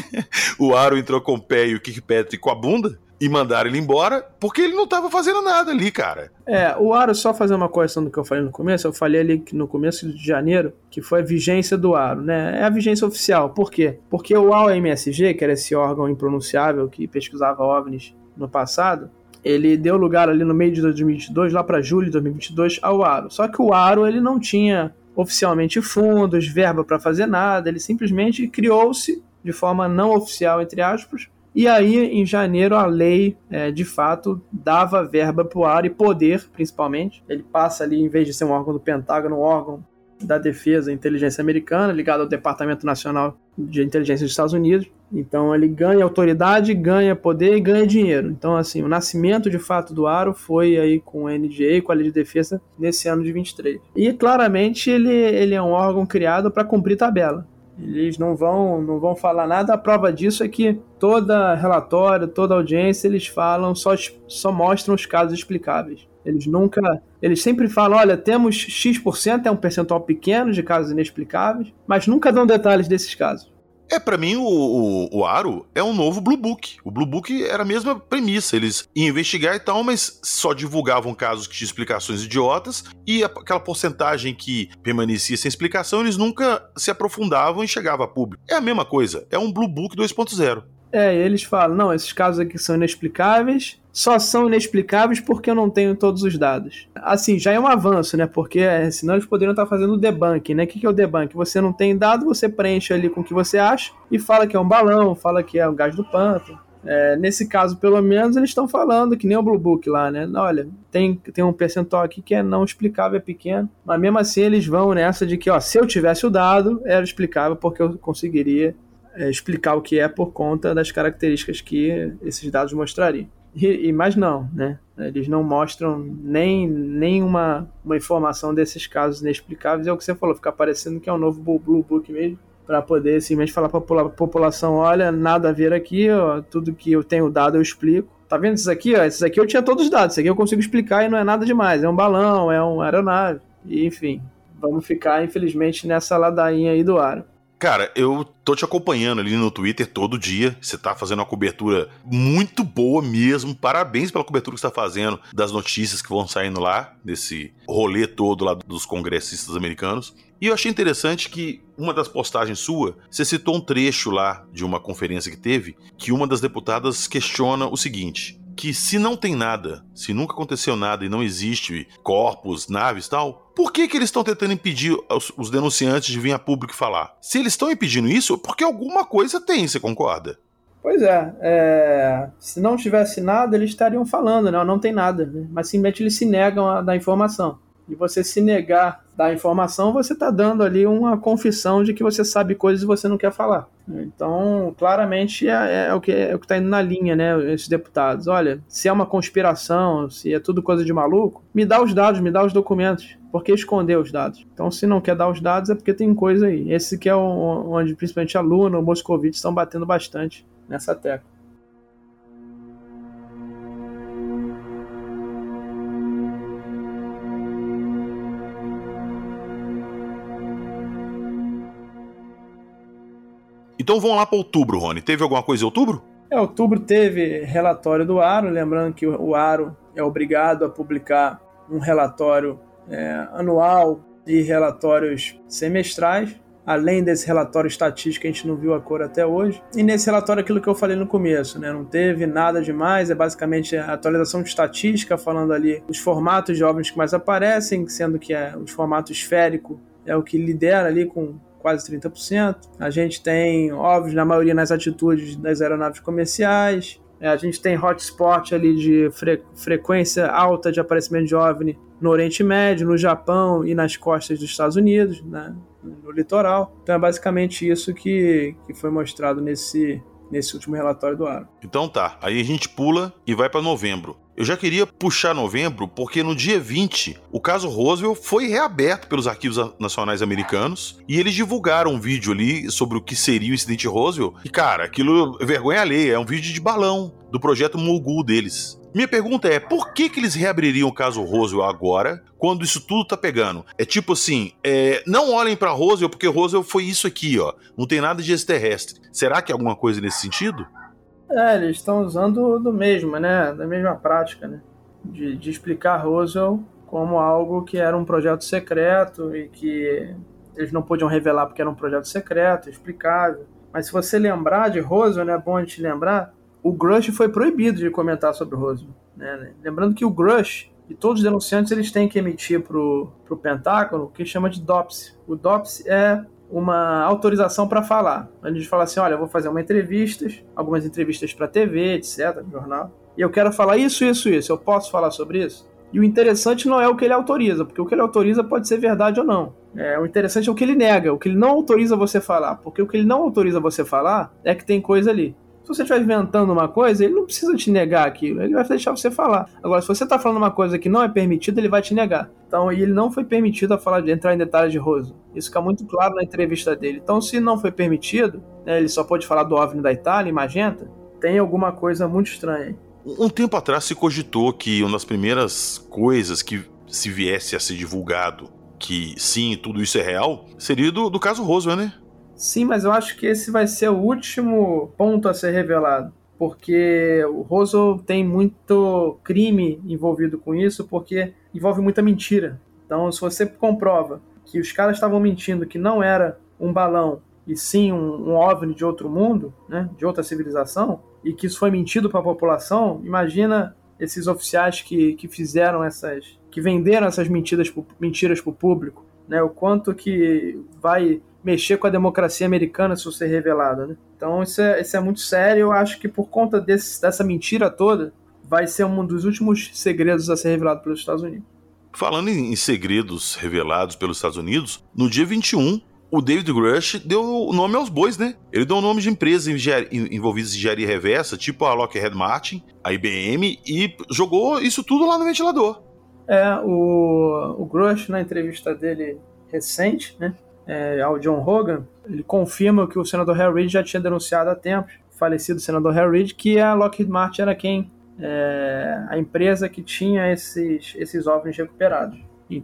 O Aro entrou com o pé e o Kirkpatrick com a bunda, e mandaram ele embora, porque ele não estava fazendo nada ali, cara. É, o Aro, só fazer uma correção do que eu falei no começo, eu falei ali que no começo de janeiro, que foi a vigência do Aro, né? É a vigência oficial. Por quê? Porque o A O M S G, que era esse órgão impronunciável que pesquisava OVNIs no passado, ele deu lugar ali no meio de dois mil e vinte e dois, lá para julho de dois mil e vinte e dois, ao Aro. Só que o Aro, ele não tinha oficialmente fundos, verba para fazer nada, ele simplesmente criou-se de forma não oficial, entre aspas, e aí em janeiro a lei, é, de fato, dava verba para o Aro e poder, principalmente. Ele passa ali, em vez de ser um órgão do Pentágono, um órgão da Defesa e Inteligência Americana, ligado ao Departamento Nacional de Inteligência dos Estados Unidos. Então ele ganha autoridade, ganha poder e ganha dinheiro. Então, assim, o nascimento de fato do Aro foi aí com o N D A, com a Lei de Defesa, nesse ano de vinte e três. E claramente ele, ele é um órgão criado para cumprir tabela. Eles não vão, não vão falar nada. A prova disso é que toda relatório, toda audiência, eles falam, só, só mostram os casos explicáveis. Eles nunca... Eles sempre falam, olha, temos X%, é um percentual pequeno de casos inexplicáveis, mas nunca dão detalhes desses casos. É, pra mim, o, o, o Aro é um novo Blue Book. O Blue Book era a mesma premissa. Eles iam investigar e tal, mas só divulgavam casos que tinham explicações idiotas, e aquela porcentagem que permanecia sem explicação, eles nunca se aprofundavam e chegavam a público. É a mesma coisa. É um Blue Book dois ponto zero. É, eles falam, não, esses casos aqui são inexplicáveis, só são inexplicáveis porque eu não tenho todos os dados. Assim, já é um avanço, né? Porque é, senão eles poderiam estar fazendo o debunk, né? O que é o debunk? Você não tem dado, você preenche ali com o que você acha e fala que é um balão, fala que é um gás do pântano. É, nesse caso, pelo menos, eles estão falando que nem o Blue Book lá, né? Olha, tem, tem um percentual aqui que é não explicável, é pequeno, mas mesmo assim eles vão nessa de que, ó, se eu tivesse o dado, era explicável porque eu conseguiria é, explicar o que é por conta das características que esses dados mostrariam. E, e, mas não, né? Eles não mostram nem, nem uma, uma informação desses casos inexplicáveis. É o que você falou, fica parecendo que é um novo Blue Book mesmo, para poder simplesmente falar para a população, olha, nada a ver aqui, ó, tudo que eu tenho dado eu explico. Tá vendo esses aqui? Ó? Esses aqui eu tinha todos os dados, isso aqui eu consigo explicar e não é nada demais, é um balão, é uma aeronave, e, enfim, vamos ficar, infelizmente, nessa ladainha aí do Aro. Cara, eu tô te acompanhando ali no Twitter todo dia. Você tá fazendo uma cobertura muito boa mesmo. Parabéns pela cobertura que você tá fazendo das notícias que vão saindo lá, desse rolê todo lá dos congressistas americanos. E eu achei interessante que uma das postagens sua, você citou um trecho lá de uma conferência que teve, que uma das deputadas questiona o seguinte, que se não tem nada, se nunca aconteceu nada e não existe corpos, naves e tal, por que que eles estão tentando impedir os, os denunciantes de vir a público falar? Se eles estão impedindo isso, é porque alguma coisa tem, você concorda? Pois é, é, se não tivesse nada, eles estariam falando, não, não tem nada, né? Mas simplesmente eles se negam a dar informação. E você se negar da informação, você está dando ali uma confissão de que você sabe coisas e você não quer falar. Então, claramente, é, é o que é o que está indo na linha, né, esses deputados. Olha, se é uma conspiração, se é tudo coisa de maluco, me dá os dados, me dá os documentos. Por que esconder os dados? Então, se não quer dar os dados, é porque tem coisa aí. Esse que é o, onde, principalmente, a Luna, o Moscovitch estão batendo bastante nessa tecla. Então vamos lá para outubro, Rony. Teve alguma coisa em outubro? Em outubro teve relatório do Aro, lembrando que o Aro é obrigado a publicar um relatório é, anual e relatórios semestrais, além desse relatório estatístico que a gente não viu a cor até hoje. E nesse relatório, aquilo que eu falei no começo, né? Não teve nada demais, é basicamente a atualização de estatística, falando ali os formatos de OVNIs que mais aparecem, sendo que é, o formato esférico é o que lidera ali com quase trinta por cento. A gente tem OVNIs, na maioria, nas atitudes das aeronaves comerciais. É, a gente tem hotspot ali de fre- frequência alta de aparecimento de OVNI no Oriente Médio, no Japão e nas costas dos Estados Unidos, né, no litoral. Então é basicamente isso que, que foi mostrado nesse, nesse último relatório do Aro. Então tá, aí a gente pula e vai para novembro. Eu já queria puxar novembro porque no dia vinte o caso Roswell foi reaberto pelos arquivos nacionais americanos e eles divulgaram um vídeo ali sobre o que seria o incidente Roswell. E cara, aquilo é vergonha alheia, é um vídeo de balão do projeto Mogul deles. Minha pergunta é, por que que eles reabririam o caso Roswell agora, quando isso tudo tá pegando? É tipo assim, é, não olhem pra Roswell porque Roswell foi isso aqui, ó. Não tem nada de extraterrestre. Será que é alguma coisa nesse sentido? É, eles estão usando do mesmo, né? Da mesma prática, né? De, de explicar Roswell como algo que era um projeto secreto e que eles não podiam revelar porque era um projeto secreto, explicável. Mas se você lembrar de Roswell, né? É bom a gente lembrar, o Grush foi proibido de comentar sobre Roswell, né? Lembrando que o Grush e todos os denunciantes eles têm que emitir para o Pentágono o que chama de D O P S. O D O P S é uma autorização para falar. A gente fala assim, olha, eu vou fazer uma entrevista, algumas entrevistas para T V, etcétera, jornal, e eu quero falar isso, isso, isso, eu posso falar sobre isso? E o interessante não é o que ele autoriza, porque o que ele autoriza pode ser verdade ou não. É, o interessante é o que ele nega, o que ele não autoriza você falar, porque o que ele não autoriza você falar é que tem coisa ali. Se você estiver inventando uma coisa, ele não precisa te negar aquilo, ele vai deixar você falar. Agora, se você está falando uma coisa que não é permitida, ele vai te negar. Então, e ele não foi permitido a falar de, entrar em detalhes de Roswell. Isso fica muito claro na entrevista dele. Então, se não foi permitido, né, ele só pôde falar do OVNI da Itália, em Magenta, tem alguma coisa muito estranha aí. Um tempo atrás se cogitou que uma das primeiras coisas que se viesse a ser divulgado, que sim, tudo isso é real, seria do, do caso Roswell, né? Sim, mas eu acho que esse vai ser o último ponto a ser revelado, porque o Roswell tem muito crime envolvido com isso, porque envolve muita mentira. Então, se você comprova que os caras estavam mentindo, que não era um balão, e sim um, um OVNI de outro mundo, né, de outra civilização, e que isso foi mentido para a população, imagina esses oficiais que, que fizeram essas, que venderam essas mentiras, mentiras para o público, né, o quanto que vai mexer com a democracia americana se isso ser revelado, né? Então isso é, isso é muito sério. Eu acho que por conta desse, dessa mentira toda, vai ser um dos últimos segredos a ser revelado pelos Estados Unidos. Falando em, em segredos revelados pelos Estados Unidos, no dia vinte e um, o David Grush deu o nome aos bois, né? Ele deu o nome de empresas envolvidas em engenharia reversa, tipo a Lockheed Martin, a I B M, e jogou isso tudo lá no ventilador. É, o, o Grush, na entrevista dele recente, né, é, ao John Rogan, ele confirma que o senador Harry Reid já tinha denunciado há tempos, o falecido senador Harry Reid, que a Lockheed Martin era quem? É, a empresa que tinha esses, esses OVNIs recuperados.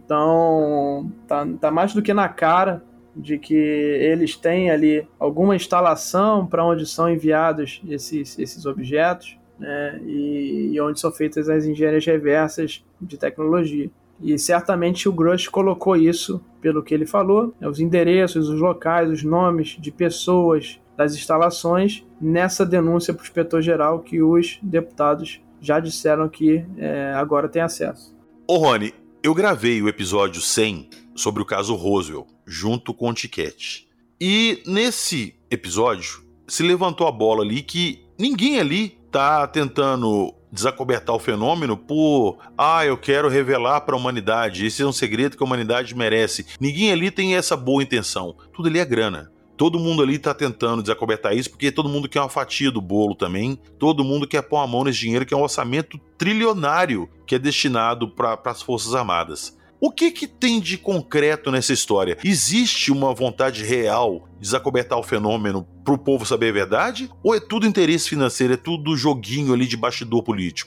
Então, tá, tá mais do que na cara de que eles têm ali alguma instalação para onde são enviados esses, esses objetos, né, e, e onde são feitas as engenharias reversas de tecnologia. E certamente o Grush colocou isso, pelo que ele falou, né, os endereços, os locais, os nomes de pessoas das instalações, nessa denúncia para o inspetor-geral que os deputados já disseram que é, agora tem acesso. Ô Rony, eu gravei o episódio cem sobre o caso Roswell, junto com o Tiquete. E nesse episódio se levantou a bola ali que ninguém ali tá tentando desacobertar o fenômeno por, ah, eu quero revelar para a humanidade, esse é um segredo que a humanidade merece. Ninguém ali tem essa boa intenção. Tudo ali é grana. Todo mundo ali tá tentando desacobertar isso porque todo mundo quer uma fatia do bolo também. Todo mundo quer pôr a mão nesse dinheiro que é um orçamento trilionário que é destinado para as Forças Armadas. O que que tem de concreto nessa história? Existe uma vontade real de desacobertar o fenômeno para o povo saber a verdade? Ou é tudo interesse financeiro, é tudo joguinho ali de bastidor político?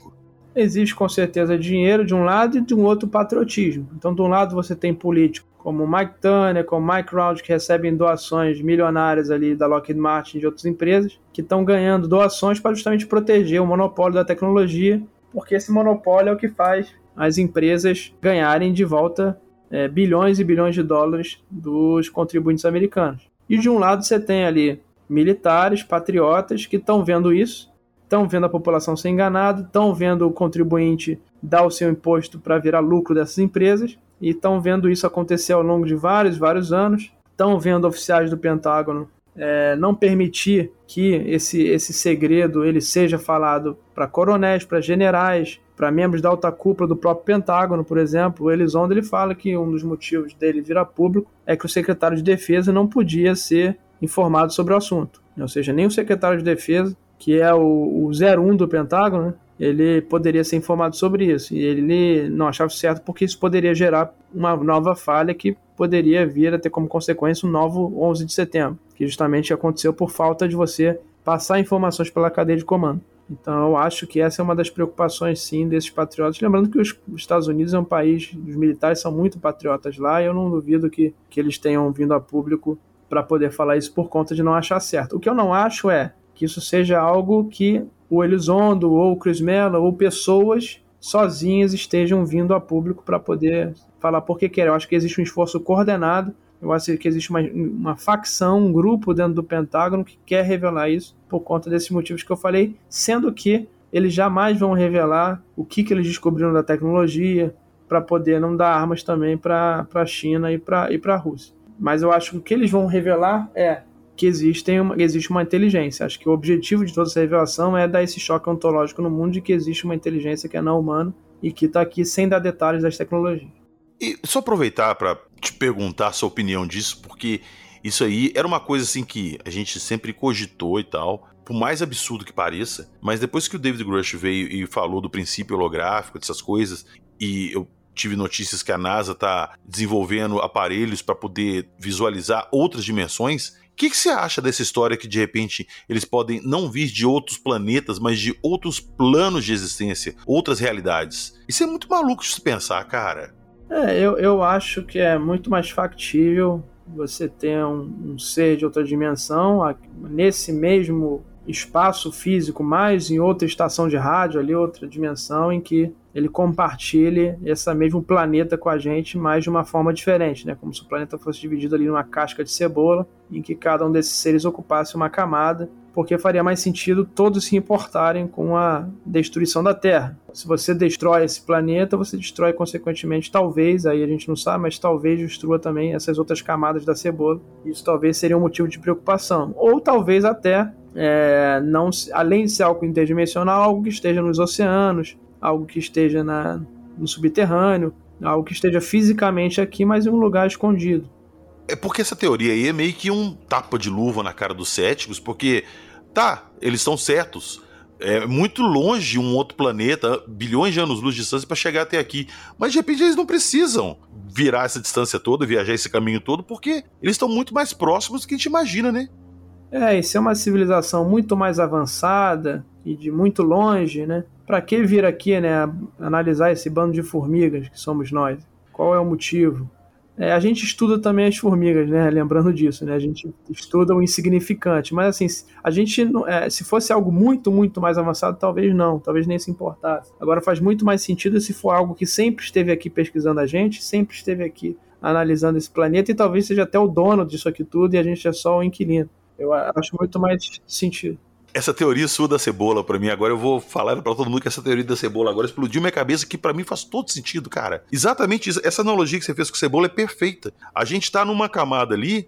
existe com certeza dinheiro de um lado e de um outro patriotismo. Então, de um lado você tem políticos como Mike Turner, como Mike Round, que recebem doações milionárias ali da Lockheed Martin e de outras empresas, que estão ganhando doações para justamente proteger o monopólio da tecnologia, porque esse monopólio é o que faz as empresas ganharem de volta é, bilhões e bilhões de dólares dos contribuintes americanos. E de um lado você tem ali militares, patriotas, que estão vendo isso, estão vendo a população ser enganada, estão vendo o contribuinte dar o seu imposto para virar lucro dessas empresas, e estão vendo isso acontecer ao longo de vários, vários anos, estão vendo oficiais do Pentágono é, não permitir que esse, esse segredo ele seja falado para coronéis, para generais, para membros da alta cúpula do próprio Pentágono, por exemplo. O Elizondo ele fala que um dos motivos dele virar público é que o secretário de Defesa não podia ser informado sobre o assunto. Ou seja, nem o secretário de Defesa, que é o, o zero um do Pentágono, né, ele poderia ser informado sobre isso. E ele não achava certo porque isso poderia gerar uma nova falha que poderia vir a ter como consequência um novo onze de setembro, que justamente aconteceu por falta de você passar informações pela cadeia de comando. Então eu acho que essa é uma das preocupações, sim, desses patriotas. Lembrando que os Estados Unidos é um país, os militares são muito patriotas lá, e eu não duvido que, que eles tenham vindo a público para poder falar isso por conta de não achar certo. O que eu não acho é que isso seja algo que o Elizondo, ou o Chris Mellon, ou pessoas sozinhas estejam vindo a público para poder falar por que querem. Eu acho que existe um esforço coordenado, eu acho que existe uma, uma facção, um grupo dentro do Pentágono que quer revelar isso por conta desses motivos que eu falei, sendo que eles jamais vão revelar o que, que eles descobriram da tecnologia para poder não dar armas também para a China e para e para a Rússia. Mas eu acho que o que eles vão revelar é que existem uma, existe uma inteligência. Acho que o objetivo de toda essa revelação é dar esse choque ontológico no mundo de que existe uma inteligência que é não humana e que está aqui sem dar detalhes das tecnologias. E só aproveitar para te perguntar a sua opinião disso, porque isso aí era uma coisa assim que a gente sempre cogitou e tal, por mais absurdo que pareça, mas depois que o David Grush veio e falou do princípio holográfico, dessas coisas, e eu tive notícias que a NASA está desenvolvendo aparelhos para poder visualizar outras dimensões. O que, que você acha dessa história que de repente eles podem não vir de outros planetas, mas de outros planos de existência, outras realidades? Isso é muito maluco de se pensar, cara. É, eu, eu acho que é muito mais factível você ter um, um ser de outra dimensão nesse mesmo espaço físico, mais em outra estação de rádio, ali outra dimensão, em que ele compartilhe esse mesmo planeta com a gente, mas de uma forma diferente, né? Como se o planeta fosse dividido ali numa casca de cebola, em que cada um desses seres ocupasse uma camada, porque faria mais sentido todos se importarem com a destruição da Terra. Se você destrói esse planeta, você destrói consequentemente, talvez, aí a gente não sabe, mas talvez destrua também essas outras camadas da cebola. Isso talvez seria um motivo de preocupação. Ou talvez até, é, não, além de ser algo interdimensional, algo que esteja nos oceanos, algo que esteja na, no subterrâneo, algo que esteja fisicamente aqui, mas em um lugar escondido. É porque essa teoria aí é meio que um tapa de luva na cara dos céticos, porque, tá, eles estão certos, é muito longe um outro planeta, bilhões de anos-luz de distância para chegar até aqui, mas de repente eles não precisam virar essa distância toda, viajar esse caminho todo, porque eles estão muito mais próximos do que a gente imagina, né? É, e se é uma civilização muito mais avançada e de muito longe, né? Pra que vir aqui, né, analisar esse bando de formigas que somos nós? Qual é o motivo? É, a gente estuda também as formigas, né? Lembrando disso, né? A gente estuda o insignificante, mas assim, a gente, é, se fosse algo muito, muito mais avançado, talvez não, talvez nem se importasse. Agora faz muito mais sentido se for algo que sempre esteve aqui pesquisando a gente, sempre esteve aqui analisando esse planeta e talvez seja até o dono disso aqui tudo e a gente é só o inquilino. Eu acho muito mais sentido. Essa teoria sua da cebola, pra mim, agora eu vou falar pra todo mundo que essa teoria da cebola agora explodiu minha cabeça, que pra mim faz todo sentido, cara. Exatamente isso. Essa analogia que você fez com cebola é perfeita. A gente tá numa camada ali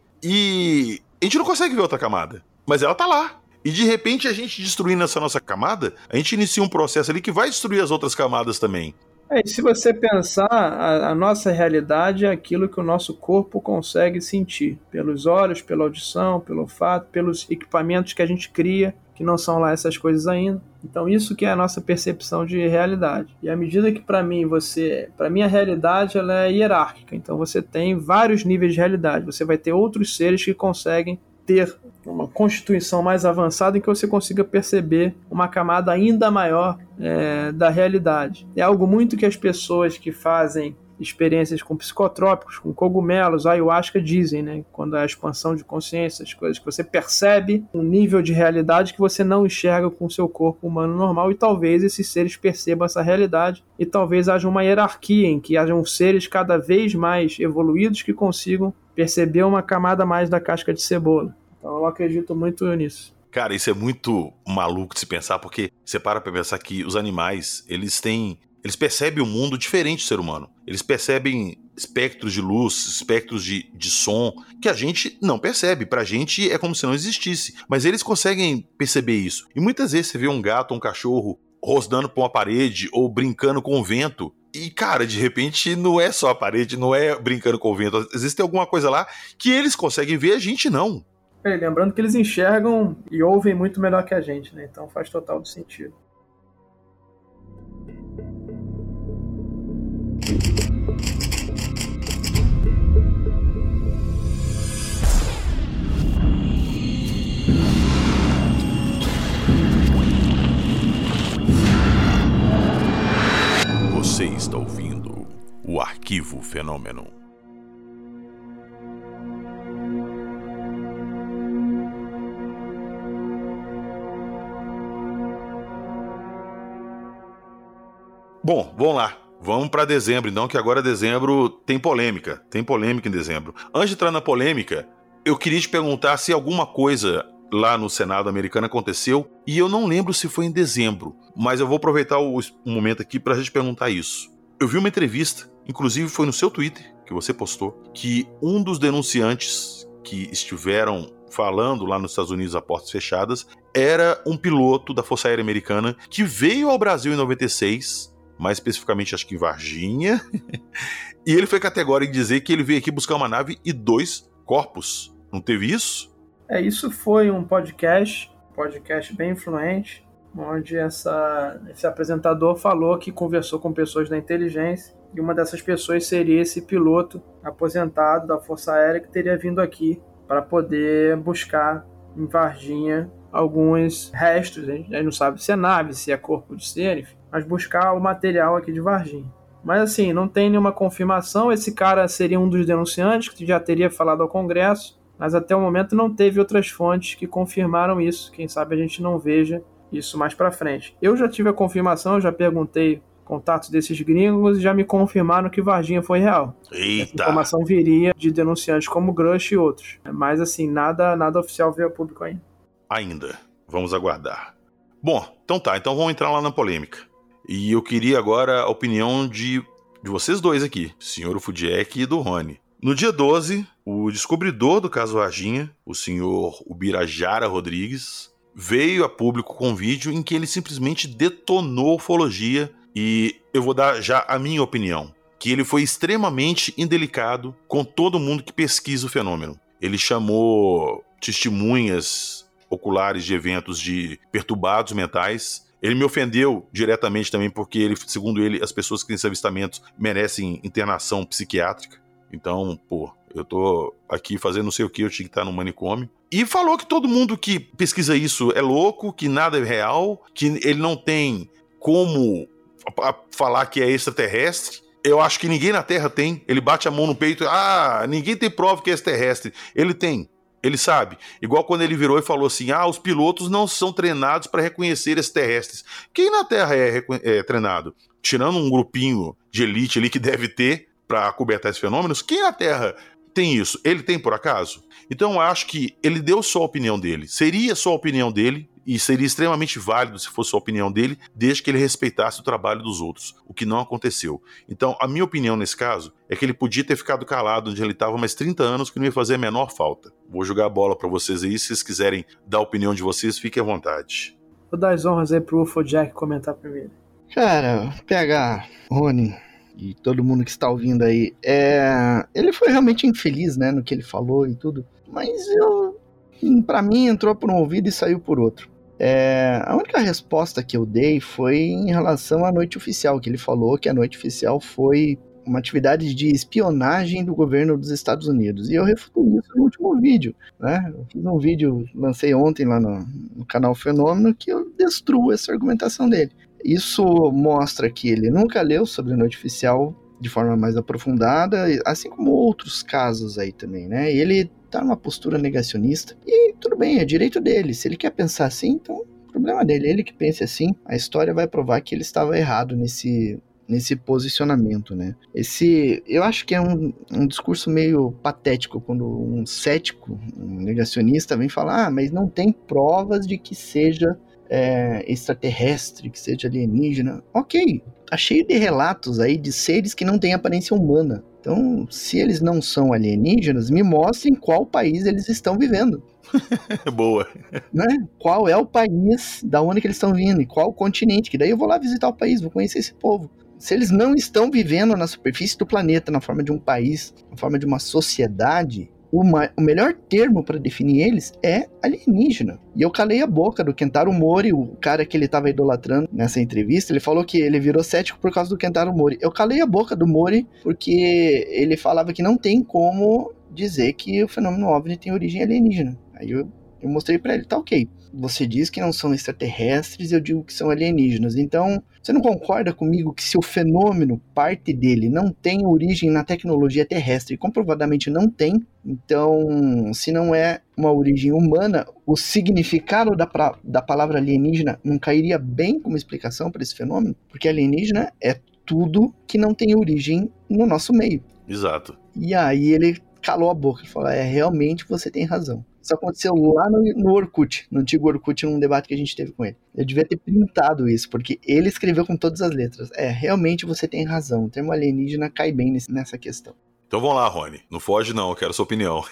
e a gente não consegue ver outra camada, mas ela tá lá. E de repente a gente destruindo essa nossa camada, a gente inicia um processo ali que vai destruir as outras camadas também. É, e se você pensar, a, a nossa realidade é aquilo que o nosso corpo consegue sentir. Pelos olhos, pela audição, pelo olfato, pelos equipamentos que a gente cria, que não são lá essas coisas ainda. Então isso que é a nossa percepção de realidade. E à medida que para mim você, para mim a realidade ela é hierárquica. Então você tem vários níveis de realidade. Você vai ter outros seres que conseguem ter uma constituição mais avançada em que você consiga perceber uma camada ainda maior é, da realidade. É algo muito que as pessoas que fazem experiências com psicotrópicos, com cogumelos, ayahuasca dizem, né? Quando a expansão de consciência, as coisas que você percebe um nível de realidade que você não enxerga com o seu corpo humano normal, e talvez esses seres percebam essa realidade e talvez haja uma hierarquia em que hajam seres cada vez mais evoluídos que consigam perceber uma camada mais da casca de cebola. Então eu acredito muito nisso. Cara, isso é muito maluco de se pensar, porque você para pra pensar que os animais, eles têm... Eles percebem o mundo diferente do ser humano. Eles percebem espectros de luz, espectros de, de som, que a gente não percebe. Pra gente é como se não existisse. Mas eles conseguem perceber isso. E muitas vezes você vê um gato ou um cachorro rosnando por uma parede ou brincando com o vento. E, cara, de repente não é só a parede, não é brincando com o vento. Às vezes tem alguma coisa lá que eles conseguem ver, a gente não. É, lembrando que eles enxergam e ouvem muito melhor que a gente, né? Então faz total sentido. Você está ouvindo o Arquivo Fenômeno. Bom, vamos lá. Vamos para dezembro, então, que agora dezembro tem polêmica. Tem polêmica em dezembro. Antes de entrar na polêmica, eu queria te perguntar se alguma coisa lá no Senado americano aconteceu, e eu não lembro se foi em dezembro, mas eu vou aproveitar o, o momento aqui para a gente perguntar isso. Eu vi uma entrevista, inclusive foi no seu Twitter, que você postou, que um dos denunciantes que estiveram falando lá nos Estados Unidos a portas fechadas era um piloto da Força Aérea Americana que veio ao Brasil em noventa e seis, mais especificamente acho que em Varginha, e ele foi categórico em dizer que ele veio aqui buscar uma nave e dois corpos. Não teve isso? É, isso foi um podcast, podcast bem influente, onde essa, esse apresentador falou que conversou com pessoas da inteligência, e uma dessas pessoas seria esse piloto aposentado da Força Aérea que teria vindo aqui para poder buscar em Varginha alguns restos. A gente não sabe se é nave, se é corpo de ser, enfim, mas buscar o material aqui de Varginha. Mas assim, não tem nenhuma confirmação. Esse cara seria um dos denunciantes que já teria falado ao Congresso, mas até o momento não teve outras fontes que confirmaram isso. Quem sabe a gente não veja isso mais pra frente. Eu já tive a confirmação, eu já perguntei contatos desses gringos e já me confirmaram que Varginha foi real. Eita! Essa informação viria de denunciantes como Grush e outros. Mas assim, nada, nada oficial veio ao público ainda. Ainda. Vamos aguardar. Bom, então tá, então vamos entrar lá na polêmica. E eu queria agora a opinião de, de vocês dois aqui, senhor Fudiek e do Rony. No dia doze, o descobridor do caso Varginha, o senhor Ubirajara Rodrigues, veio a público com um vídeo em que ele simplesmente detonou a ufologia, e eu vou dar já a minha opinião, que ele foi extremamente indelicado com todo mundo que pesquisa o fenômeno. Ele chamou testemunhas oculares de eventos de perturbados mentais. Ele me ofendeu diretamente também porque, ele, segundo ele, as pessoas que têm esses avistamentos merecem internação psiquiátrica. Então, pô, eu tô aqui fazendo não sei o que, eu tinha que estar no manicômio. E falou que todo mundo que pesquisa isso é louco, que nada é real, que ele não tem como falar que é extraterrestre. Eu acho que ninguém na Terra tem. Ele bate a mão no peito, ah, ninguém tem prova que é extraterrestre. Ele tem. Ele sabe. Igual quando ele virou e falou assim, ah, os pilotos não são treinados para reconhecer extraterrestres. Quem na Terra é, é treinado? Tirando um grupinho de elite ali que deve ter para cobertar esses fenômenos, quem na Terra tem isso? Ele tem por acaso? Então eu acho que ele deu só a opinião dele. Seria só a opinião dele, e seria extremamente válido se fosse a opinião dele, desde que ele respeitasse o trabalho dos outros, o que não aconteceu. Então, a minha opinião nesse caso é que ele podia ter ficado calado onde ele estava mais trinta anos, que não ia fazer a menor falta. Vou jogar a bola para vocês aí, se vocês quiserem dar a opinião de vocês, fiquem à vontade. Vou dar as honras aí pro U F O Jack comentar primeiro. Cara, P H, Rony e todo mundo que está ouvindo aí, é... ele foi realmente infeliz, né, no que ele falou e tudo, mas eu, pra mim, entrou por um ouvido e saiu por outro. É, a única resposta que eu dei foi em relação à noite oficial, que ele falou que a noite oficial foi uma atividade de espionagem do governo dos Estados Unidos. E eu refutei isso no último vídeo, né? Eu fiz um vídeo, lancei ontem lá no, no canal Fenômeno, que eu destruo essa argumentação dele. Isso mostra que ele nunca leu sobre a noite oficial de forma mais aprofundada, assim como outros casos aí também, né? E ele tá numa postura negacionista, e tudo bem, é direito dele. Se ele quer pensar assim, então, problema dele, ele que pense assim. A história vai provar que ele estava errado nesse... nesse posicionamento, né? Esse, eu acho que é um, um discurso meio patético quando um cético, um negacionista vem falar, ah, mas não tem provas de que seja é, extraterrestre, que seja alienígena. Ok, tá cheio de relatos aí de seres que não têm aparência humana. Então, se eles não são alienígenas, me mostrem qual país eles estão vivendo. Boa. Né? Qual é o país da onde que eles estão vindo e qual o continente, que daí eu vou lá visitar o país, vou conhecer esse povo. Se eles não estão vivendo na superfície do planeta, na forma de um país, na forma de uma sociedade, uma, o melhor termo para definir eles é alienígena. E eu calei a boca do Kentaro Mori, o cara que ele estava idolatrando nessa entrevista. Ele falou que ele virou cético por causa do Kentaro Mori. Eu calei a boca do Mori porque ele falava que não tem como dizer que o fenômeno OVNI tem origem alienígena. Aí eu, eu mostrei para ele, tá ok. Você diz que não são extraterrestres, eu digo que são alienígenas. Então, você não concorda comigo que se o fenômeno, parte dele, não tem origem na tecnologia terrestre, e comprovadamente não tem, então, se não é uma origem humana, o significado da, pra, da palavra alienígena não cairia bem como explicação para esse fenômeno? Porque alienígena é tudo que não tem origem no nosso meio. Exato. E aí ele calou a boca e falou, é, realmente você tem razão. Isso aconteceu lá no, no Orkut, no antigo Orkut, num debate que a gente teve com ele. Eu devia ter printado isso, porque ele escreveu com todas as letras. É, realmente você tem razão, o termo alienígena cai bem nesse, nessa questão. Então vamos lá, Rony. Não foge não, eu quero sua opinião.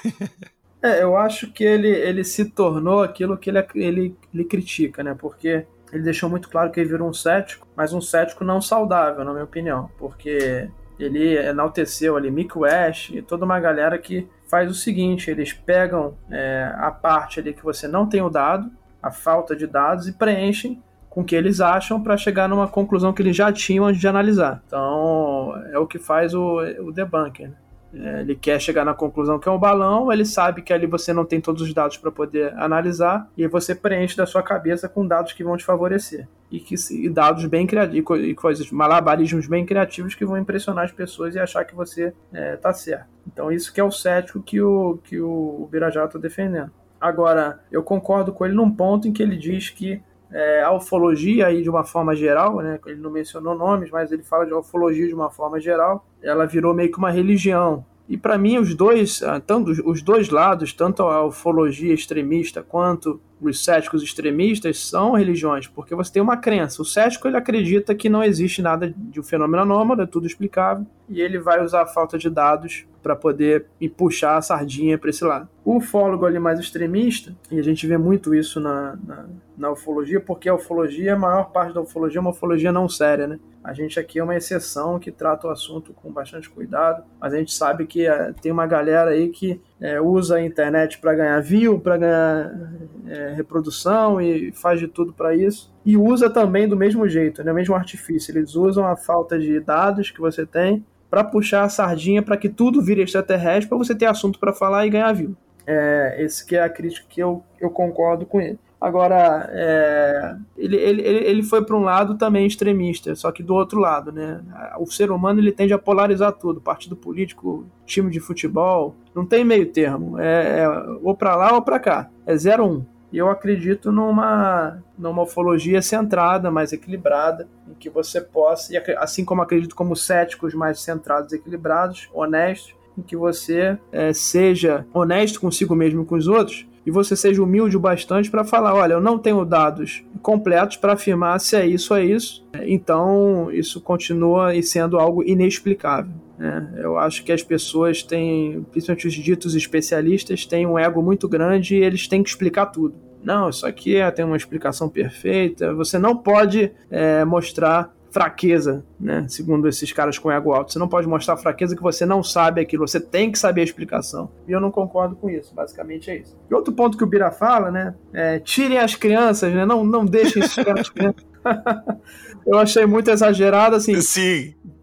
É, eu acho que ele, ele se tornou aquilo que ele, ele, ele critica, né? Porque ele deixou muito claro que ele virou um cético, mas um cético não saudável, na minha opinião. Porque ele enalteceu ali Mick West e toda uma galera que faz o seguinte, eles pegam é, a parte ali que você não tem o dado, a falta de dados, e preenchem com o que eles acham para chegar numa conclusão que eles já tinham antes de analisar. Então, é o que faz o, o debunker, né? É, ele quer chegar na conclusão que é um balão, ele sabe que ali você não tem todos os dados para poder analisar, e aí você preenche da sua cabeça com dados que vão te favorecer. E, que, e dados bem criativos, e coisas, malabarismos bem criativos que vão impressionar as pessoas e achar que você é, tá certo. Então isso que é o cético que o, que o Birajara está defendendo. Agora, eu concordo com ele num ponto em que ele diz que é, a ufologia, aí, de uma forma geral, né, ele não mencionou nomes, mas ele fala de ufologia de uma forma geral, ela virou meio que uma religião. E para mim os dois, tanto os dois lados, tanto a ufologia extremista quanto os céticos extremistas, são religiões, porque você tem uma crença. O cético, ele acredita que não existe nada de um fenômeno anômalo, é tudo explicável, e ele vai usar a falta de dados para poder puxar a sardinha para esse lado. O ufólogo ali mais extremista, e a gente vê muito isso na, na, na ufologia, porque a ufologia, a maior parte da ufologia é uma ufologia não séria, né? A gente aqui é uma exceção que trata o assunto com bastante cuidado, mas a gente sabe que é, tem uma galera aí que é, usa a internet para ganhar view, para ganhar é, reprodução e faz de tudo para isso. E usa também do mesmo jeito, né? O mesmo artifício. Eles usam a falta de dados que você tem para puxar a sardinha para que tudo vire extraterrestre, para você ter assunto para falar e ganhar view. É, esse que é a crítica que eu, eu concordo com ele. Agora, é, ele, ele, ele foi para um lado também extremista, só que do outro lado, né? O ser humano, ele tende a polarizar tudo, partido político, time de futebol, não tem meio termo, é, é ou para lá ou para cá, é zero um. E eu acredito numa, numa ufologia centrada, mais equilibrada, em que você possa, assim como acredito como céticos mais centrados, equilibrados, honestos, em que você é, seja honesto consigo mesmo e com os outros, e você seja humilde o bastante para falar, olha, eu não tenho dados completos para afirmar se é isso ou é isso, então isso continua sendo algo inexplicável, né? Eu acho que as pessoas têm, principalmente os ditos especialistas, têm um ego muito grande e eles têm que explicar tudo. Não, isso aqui é, tem uma explicação perfeita, você não pode é, mostrar fraqueza, né? Segundo esses caras com ego alto, você não pode mostrar fraqueza que você não sabe aquilo, você tem que saber a explicação. E eu não concordo com isso, basicamente é isso. E outro ponto que o Bira fala, né? É, tirem as crianças, né? Não, não deixem tirar as crianças. Eu achei muito exagerado, assim. Sim.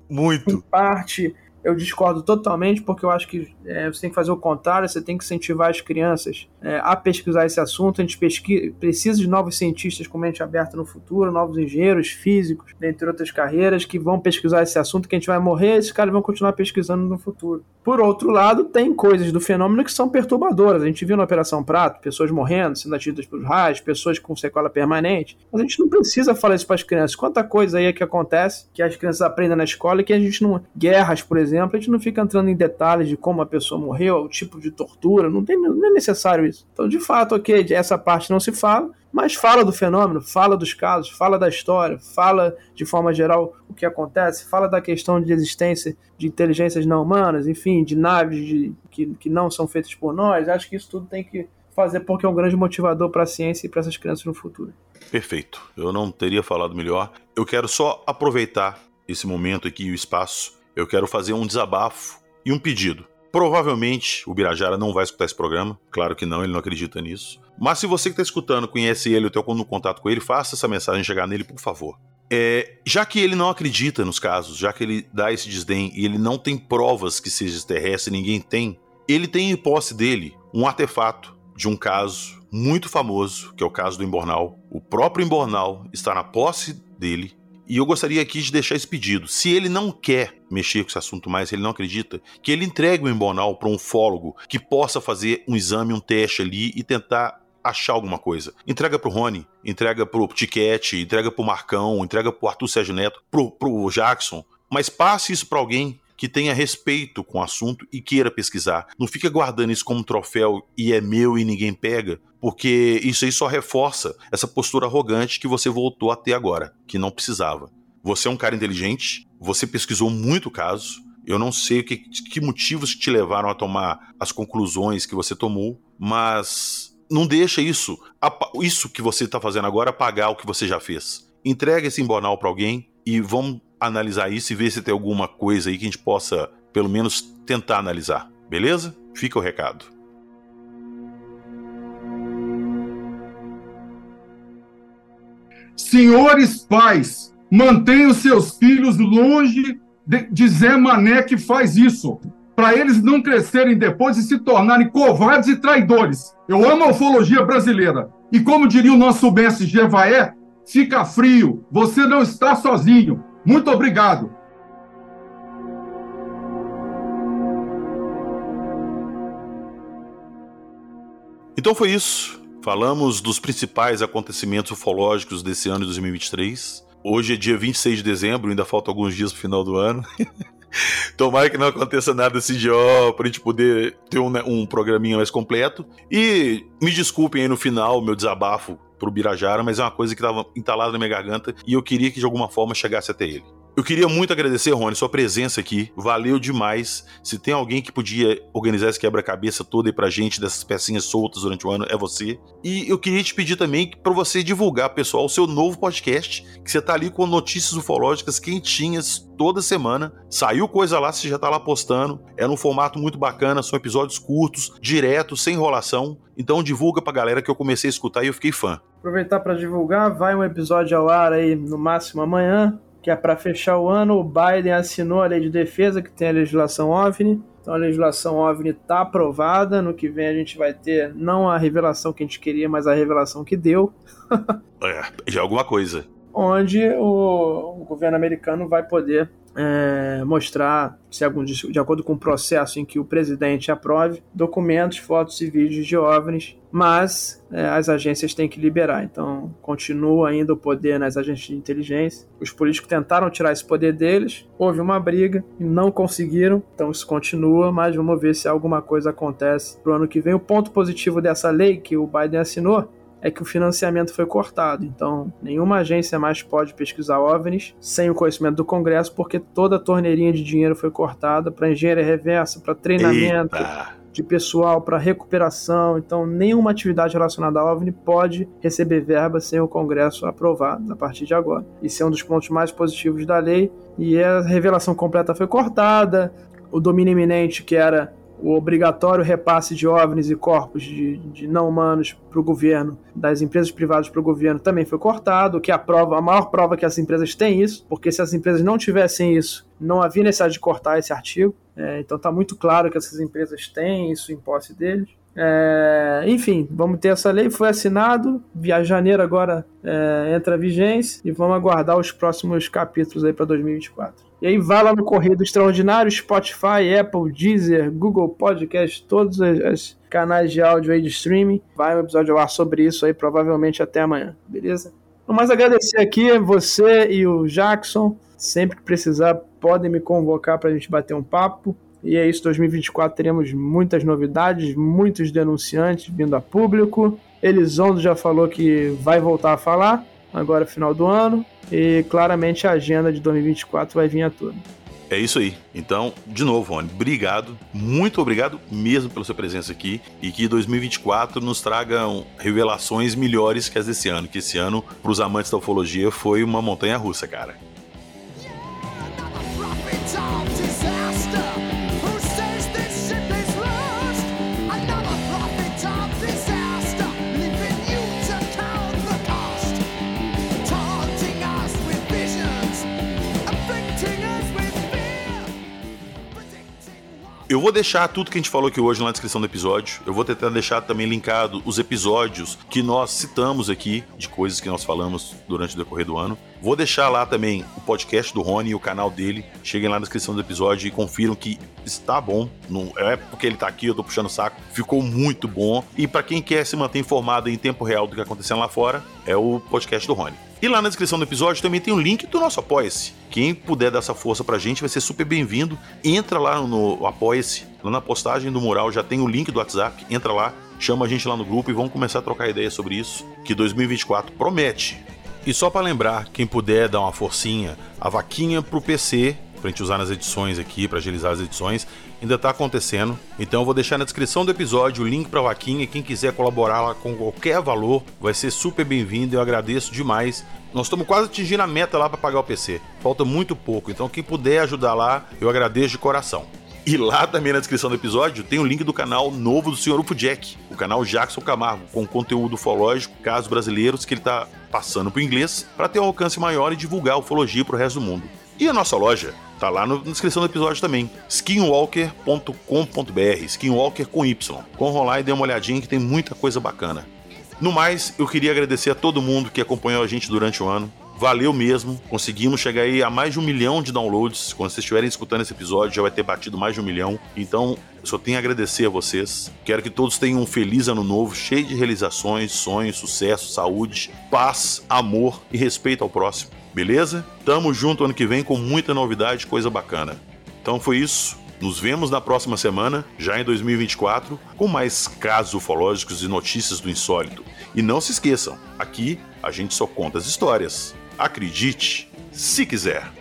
Muito. Em parte, eu discordo totalmente, porque eu acho que é, você tem que fazer o contrário, você tem que incentivar as crianças é, a pesquisar esse assunto. A gente pesquisa, precisa de novos cientistas com mente aberta no futuro, novos engenheiros físicos, dentre outras carreiras, que vão pesquisar esse assunto, que a gente vai morrer, esses caras vão continuar pesquisando no futuro. Por outro lado, tem coisas do fenômeno que são perturbadoras. A gente viu na Operação Prato, pessoas morrendo, sendo atingidas pelos raios, pessoas com sequela permanente. Mas a gente não precisa falar isso para as crianças. Quanta coisa aí é que acontece, que as crianças aprendem na escola e que a gente não... Guerras, por exemplo, a gente não fica entrando em detalhes de como a pessoa morreu, o tipo de tortura, não, tem, não é necessário isso. Então, de fato, ok, essa parte não se fala, mas fala do fenômeno, fala dos casos, fala da história, fala de forma geral o que acontece, fala da questão de existência de inteligências não humanas, enfim, de naves de, que, que não são feitas por nós. Acho que isso tudo tem que fazer, porque é um grande motivador para a ciência e para essas crianças no futuro. Perfeito, eu não teria falado melhor. Eu quero só aproveitar esse momento aqui e o espaço. Eu quero fazer um desabafo e um pedido. Provavelmente o Birajara não vai escutar esse programa, claro que não, ele não acredita nisso. Mas se você que está escutando conhece ele, ou tem algum contato com ele, faça essa mensagem chegar nele, por favor. É, já que ele não acredita nos casos, já que ele dá esse desdém e ele não tem provas que seja extraterrestre, ninguém tem, ele tem em posse dele um artefato de um caso muito famoso, que é o caso do Imbornal. O próprio Imbornal está na posse dele. E eu gostaria aqui de deixar esse pedido. Se ele não quer mexer com esse assunto mais, ele não acredita, que ele entregue o Imbornal para um ufólogo que possa fazer um exame, um teste ali e tentar achar alguma coisa. Entrega pro Rony, entrega pro Tiquete, entrega pro Marcão, entrega pro Arthur Sérgio Neto, pro, pro Jackson, mas passe isso para alguém que tenha respeito com o assunto e queira pesquisar. Não fica guardando isso como um troféu e é meu e ninguém pega, porque isso aí só reforça essa postura arrogante que você voltou a ter agora, que não precisava. Você é um cara inteligente, você pesquisou muito o caso, eu não sei que, que motivos te levaram a tomar as conclusões que você tomou, mas não deixa isso, isso que você está fazendo agora apagar o que você já fez. Entrega esse Imbornal para alguém e vamos analisar isso e ver se tem alguma coisa aí que a gente possa, pelo menos, tentar analisar. Beleza? Fica o recado. Senhores pais, mantenham seus filhos longe de, de Zé Mané que faz isso, para eles não crescerem depois e se tornarem covardes e traidores. Eu amo a ufologia brasileira. E como diria o nosso mestre Jevaé, fica frio, você não está sozinho. Muito obrigado. Então foi isso. Falamos dos principais acontecimentos ufológicos desse ano de dois mil e vinte e três. Hoje é dia vinte e seis de dezembro, ainda faltam alguns dias pro final do ano. Tomara que não aconteça nada assim de ó, pra gente poder ter um, um programinha mais completo. E me desculpem aí no final o meu desabafo pro Birajara, mas é uma coisa que estava entalada na minha garganta e eu queria que de alguma forma chegasse até ele. Eu queria muito agradecer, Rony, sua presença aqui, valeu demais. Se tem alguém que podia organizar esse quebra-cabeça todo aí pra gente, dessas pecinhas soltas durante o ano, é você. E eu queria te pedir também para você divulgar, pessoal, o seu novo podcast, que você tá ali com notícias ufológicas quentinhas toda semana. Saiu coisa lá, você já tá lá postando. É num formato muito bacana, são episódios curtos, diretos, sem enrolação. Então divulga pra galera que eu comecei a escutar e eu fiquei fã. Aproveitar para divulgar, vai um episódio ao ar aí no máximo amanhã, que é para fechar o ano. O Biden assinou a lei de defesa, que tem a legislação OVNI. Então a legislação OVNI está aprovada. No que vem a gente vai ter não a revelação que a gente queria, mas a revelação que deu. É, já é alguma coisa. Onde o, o governo americano vai poder é, mostrar, se algum, de, de acordo com o processo em que o presidente aprove, documentos, fotos e vídeos de OVNIs, mas é, as agências têm que liberar. Então continua ainda o poder nas agências de inteligência. Os políticos tentaram tirar esse poder deles, houve uma briga e não conseguiram, então isso continua, mas vamos ver se alguma coisa acontece pro ano que vem. O ponto positivo dessa lei que o Biden assinou é que o financiamento foi cortado, então nenhuma agência mais pode pesquisar OVNIs sem o conhecimento do Congresso, porque toda a torneirinha de dinheiro foi cortada para engenharia reversa, para treinamento Eita. de pessoal, para recuperação. Então nenhuma atividade relacionada a OVNI pode receber verba sem o Congresso aprovar a partir de agora. Isso é um dos pontos mais positivos da lei, e a revelação completa foi cortada. O domínio iminente, que era o obrigatório repasse de OVNIs e corpos de, de não humanos para o governo, das empresas privadas para o governo, também foi cortado, que a, prova, a maior prova que as empresas têm isso, porque se as empresas não tivessem isso, não havia necessidade de cortar esse artigo. É, então está muito claro que essas empresas têm isso em posse deles. É, enfim, vamos ter essa lei, foi assinado, via janeiro agora é, entra a vigência e vamos aguardar os próximos capítulos aí para dois mil e vinte e quatro. E aí vai lá no Correio Extraordinário, Spotify, Apple, Deezer, Google Podcast, todos os, os canais de áudio aí de streaming. Vai um episódio ao ar sobre isso aí, provavelmente até amanhã, beleza? No mais, agradecer aqui você e o Jackson. Sempre que precisar, podem me convocar para a gente bater um papo. E é isso, dois mil e vinte e quatro teremos muitas novidades, muitos denunciantes vindo a público. Elizondo já falou que vai voltar a falar, agora final do ano. E claramente a agenda de dois mil e vinte e quatro vai vir a tudo. É isso aí. Então, de novo, Rony, obrigado, muito obrigado mesmo pela sua presença aqui e que dois mil e vinte e quatro nos tragam revelações melhores que as desse ano, que esse ano, para os amantes da ufologia, foi uma montanha-russa, cara. Eu vou deixar tudo que a gente falou aqui hoje na descrição do episódio. Eu vou tentar deixar também linkado os episódios que nós citamos aqui, de coisas que nós falamos durante o decorrer do ano. Vou deixar lá também o podcast do Rony e o canal dele. Cheguem lá na descrição do episódio e confiram que está bom. Não é porque ele tá aqui, eu tô puxando o saco. Ficou muito bom. E para quem quer se manter informado em tempo real do que tá acontecendo lá fora, é o podcast do Rony. E lá na descrição do episódio também tem o link do nosso Apoia-se. Quem puder dar essa força pra gente vai ser super bem-vindo. Entra lá no Apoia-se, lá na postagem do mural já tem o link do WhatsApp. Entra lá, chama a gente lá no grupo e vamos começar a trocar ideia sobre isso, que dois mil e vinte e quatro promete. E só pra lembrar, quem puder dar uma forcinha, a vaquinha pro P C, pra gente usar nas edições aqui, pra agilizar as edições, ainda tá acontecendo. Então eu vou deixar na descrição do episódio o link pra vaquinha. Quem quiser colaborar lá com qualquer valor vai ser super bem-vindo. Eu agradeço demais. Nós estamos quase atingindo a meta lá para pagar o P C. Falta muito pouco, então quem puder ajudar lá, eu agradeço de coração. E lá também na descrição do episódio tem o link do canal novo do senhor Ufo Jack, o canal Jackson Camargo, com conteúdo ufológico, casos brasileiros que ele tá passando pro inglês para ter um alcance maior e divulgar a ufologia pro resto do mundo. E a nossa loja tá lá na descrição do episódio também, skinwalker ponto com ponto b r, Skinwalker com Y. Corram lá e dê uma olhadinha que tem muita coisa bacana. No mais, eu queria agradecer a todo mundo que acompanhou a gente durante o ano. Valeu mesmo, conseguimos chegar aí a mais de um milhão de downloads. Quando vocês estiverem escutando esse episódio, já vai ter batido mais de um milhão. Então, eu só tenho a agradecer a vocês. Quero que todos tenham um feliz ano novo, cheio de realizações, sonhos, sucesso, saúde, paz, amor e respeito ao próximo. Beleza? Tamo junto ano que vem com muita novidade, coisa bacana. Então foi isso. Nos vemos na próxima semana, já em dois mil e vinte e quatro, com mais casos ufológicos e notícias do insólito. E não se esqueçam, aqui a gente só conta as histórias. Acredite, se quiser.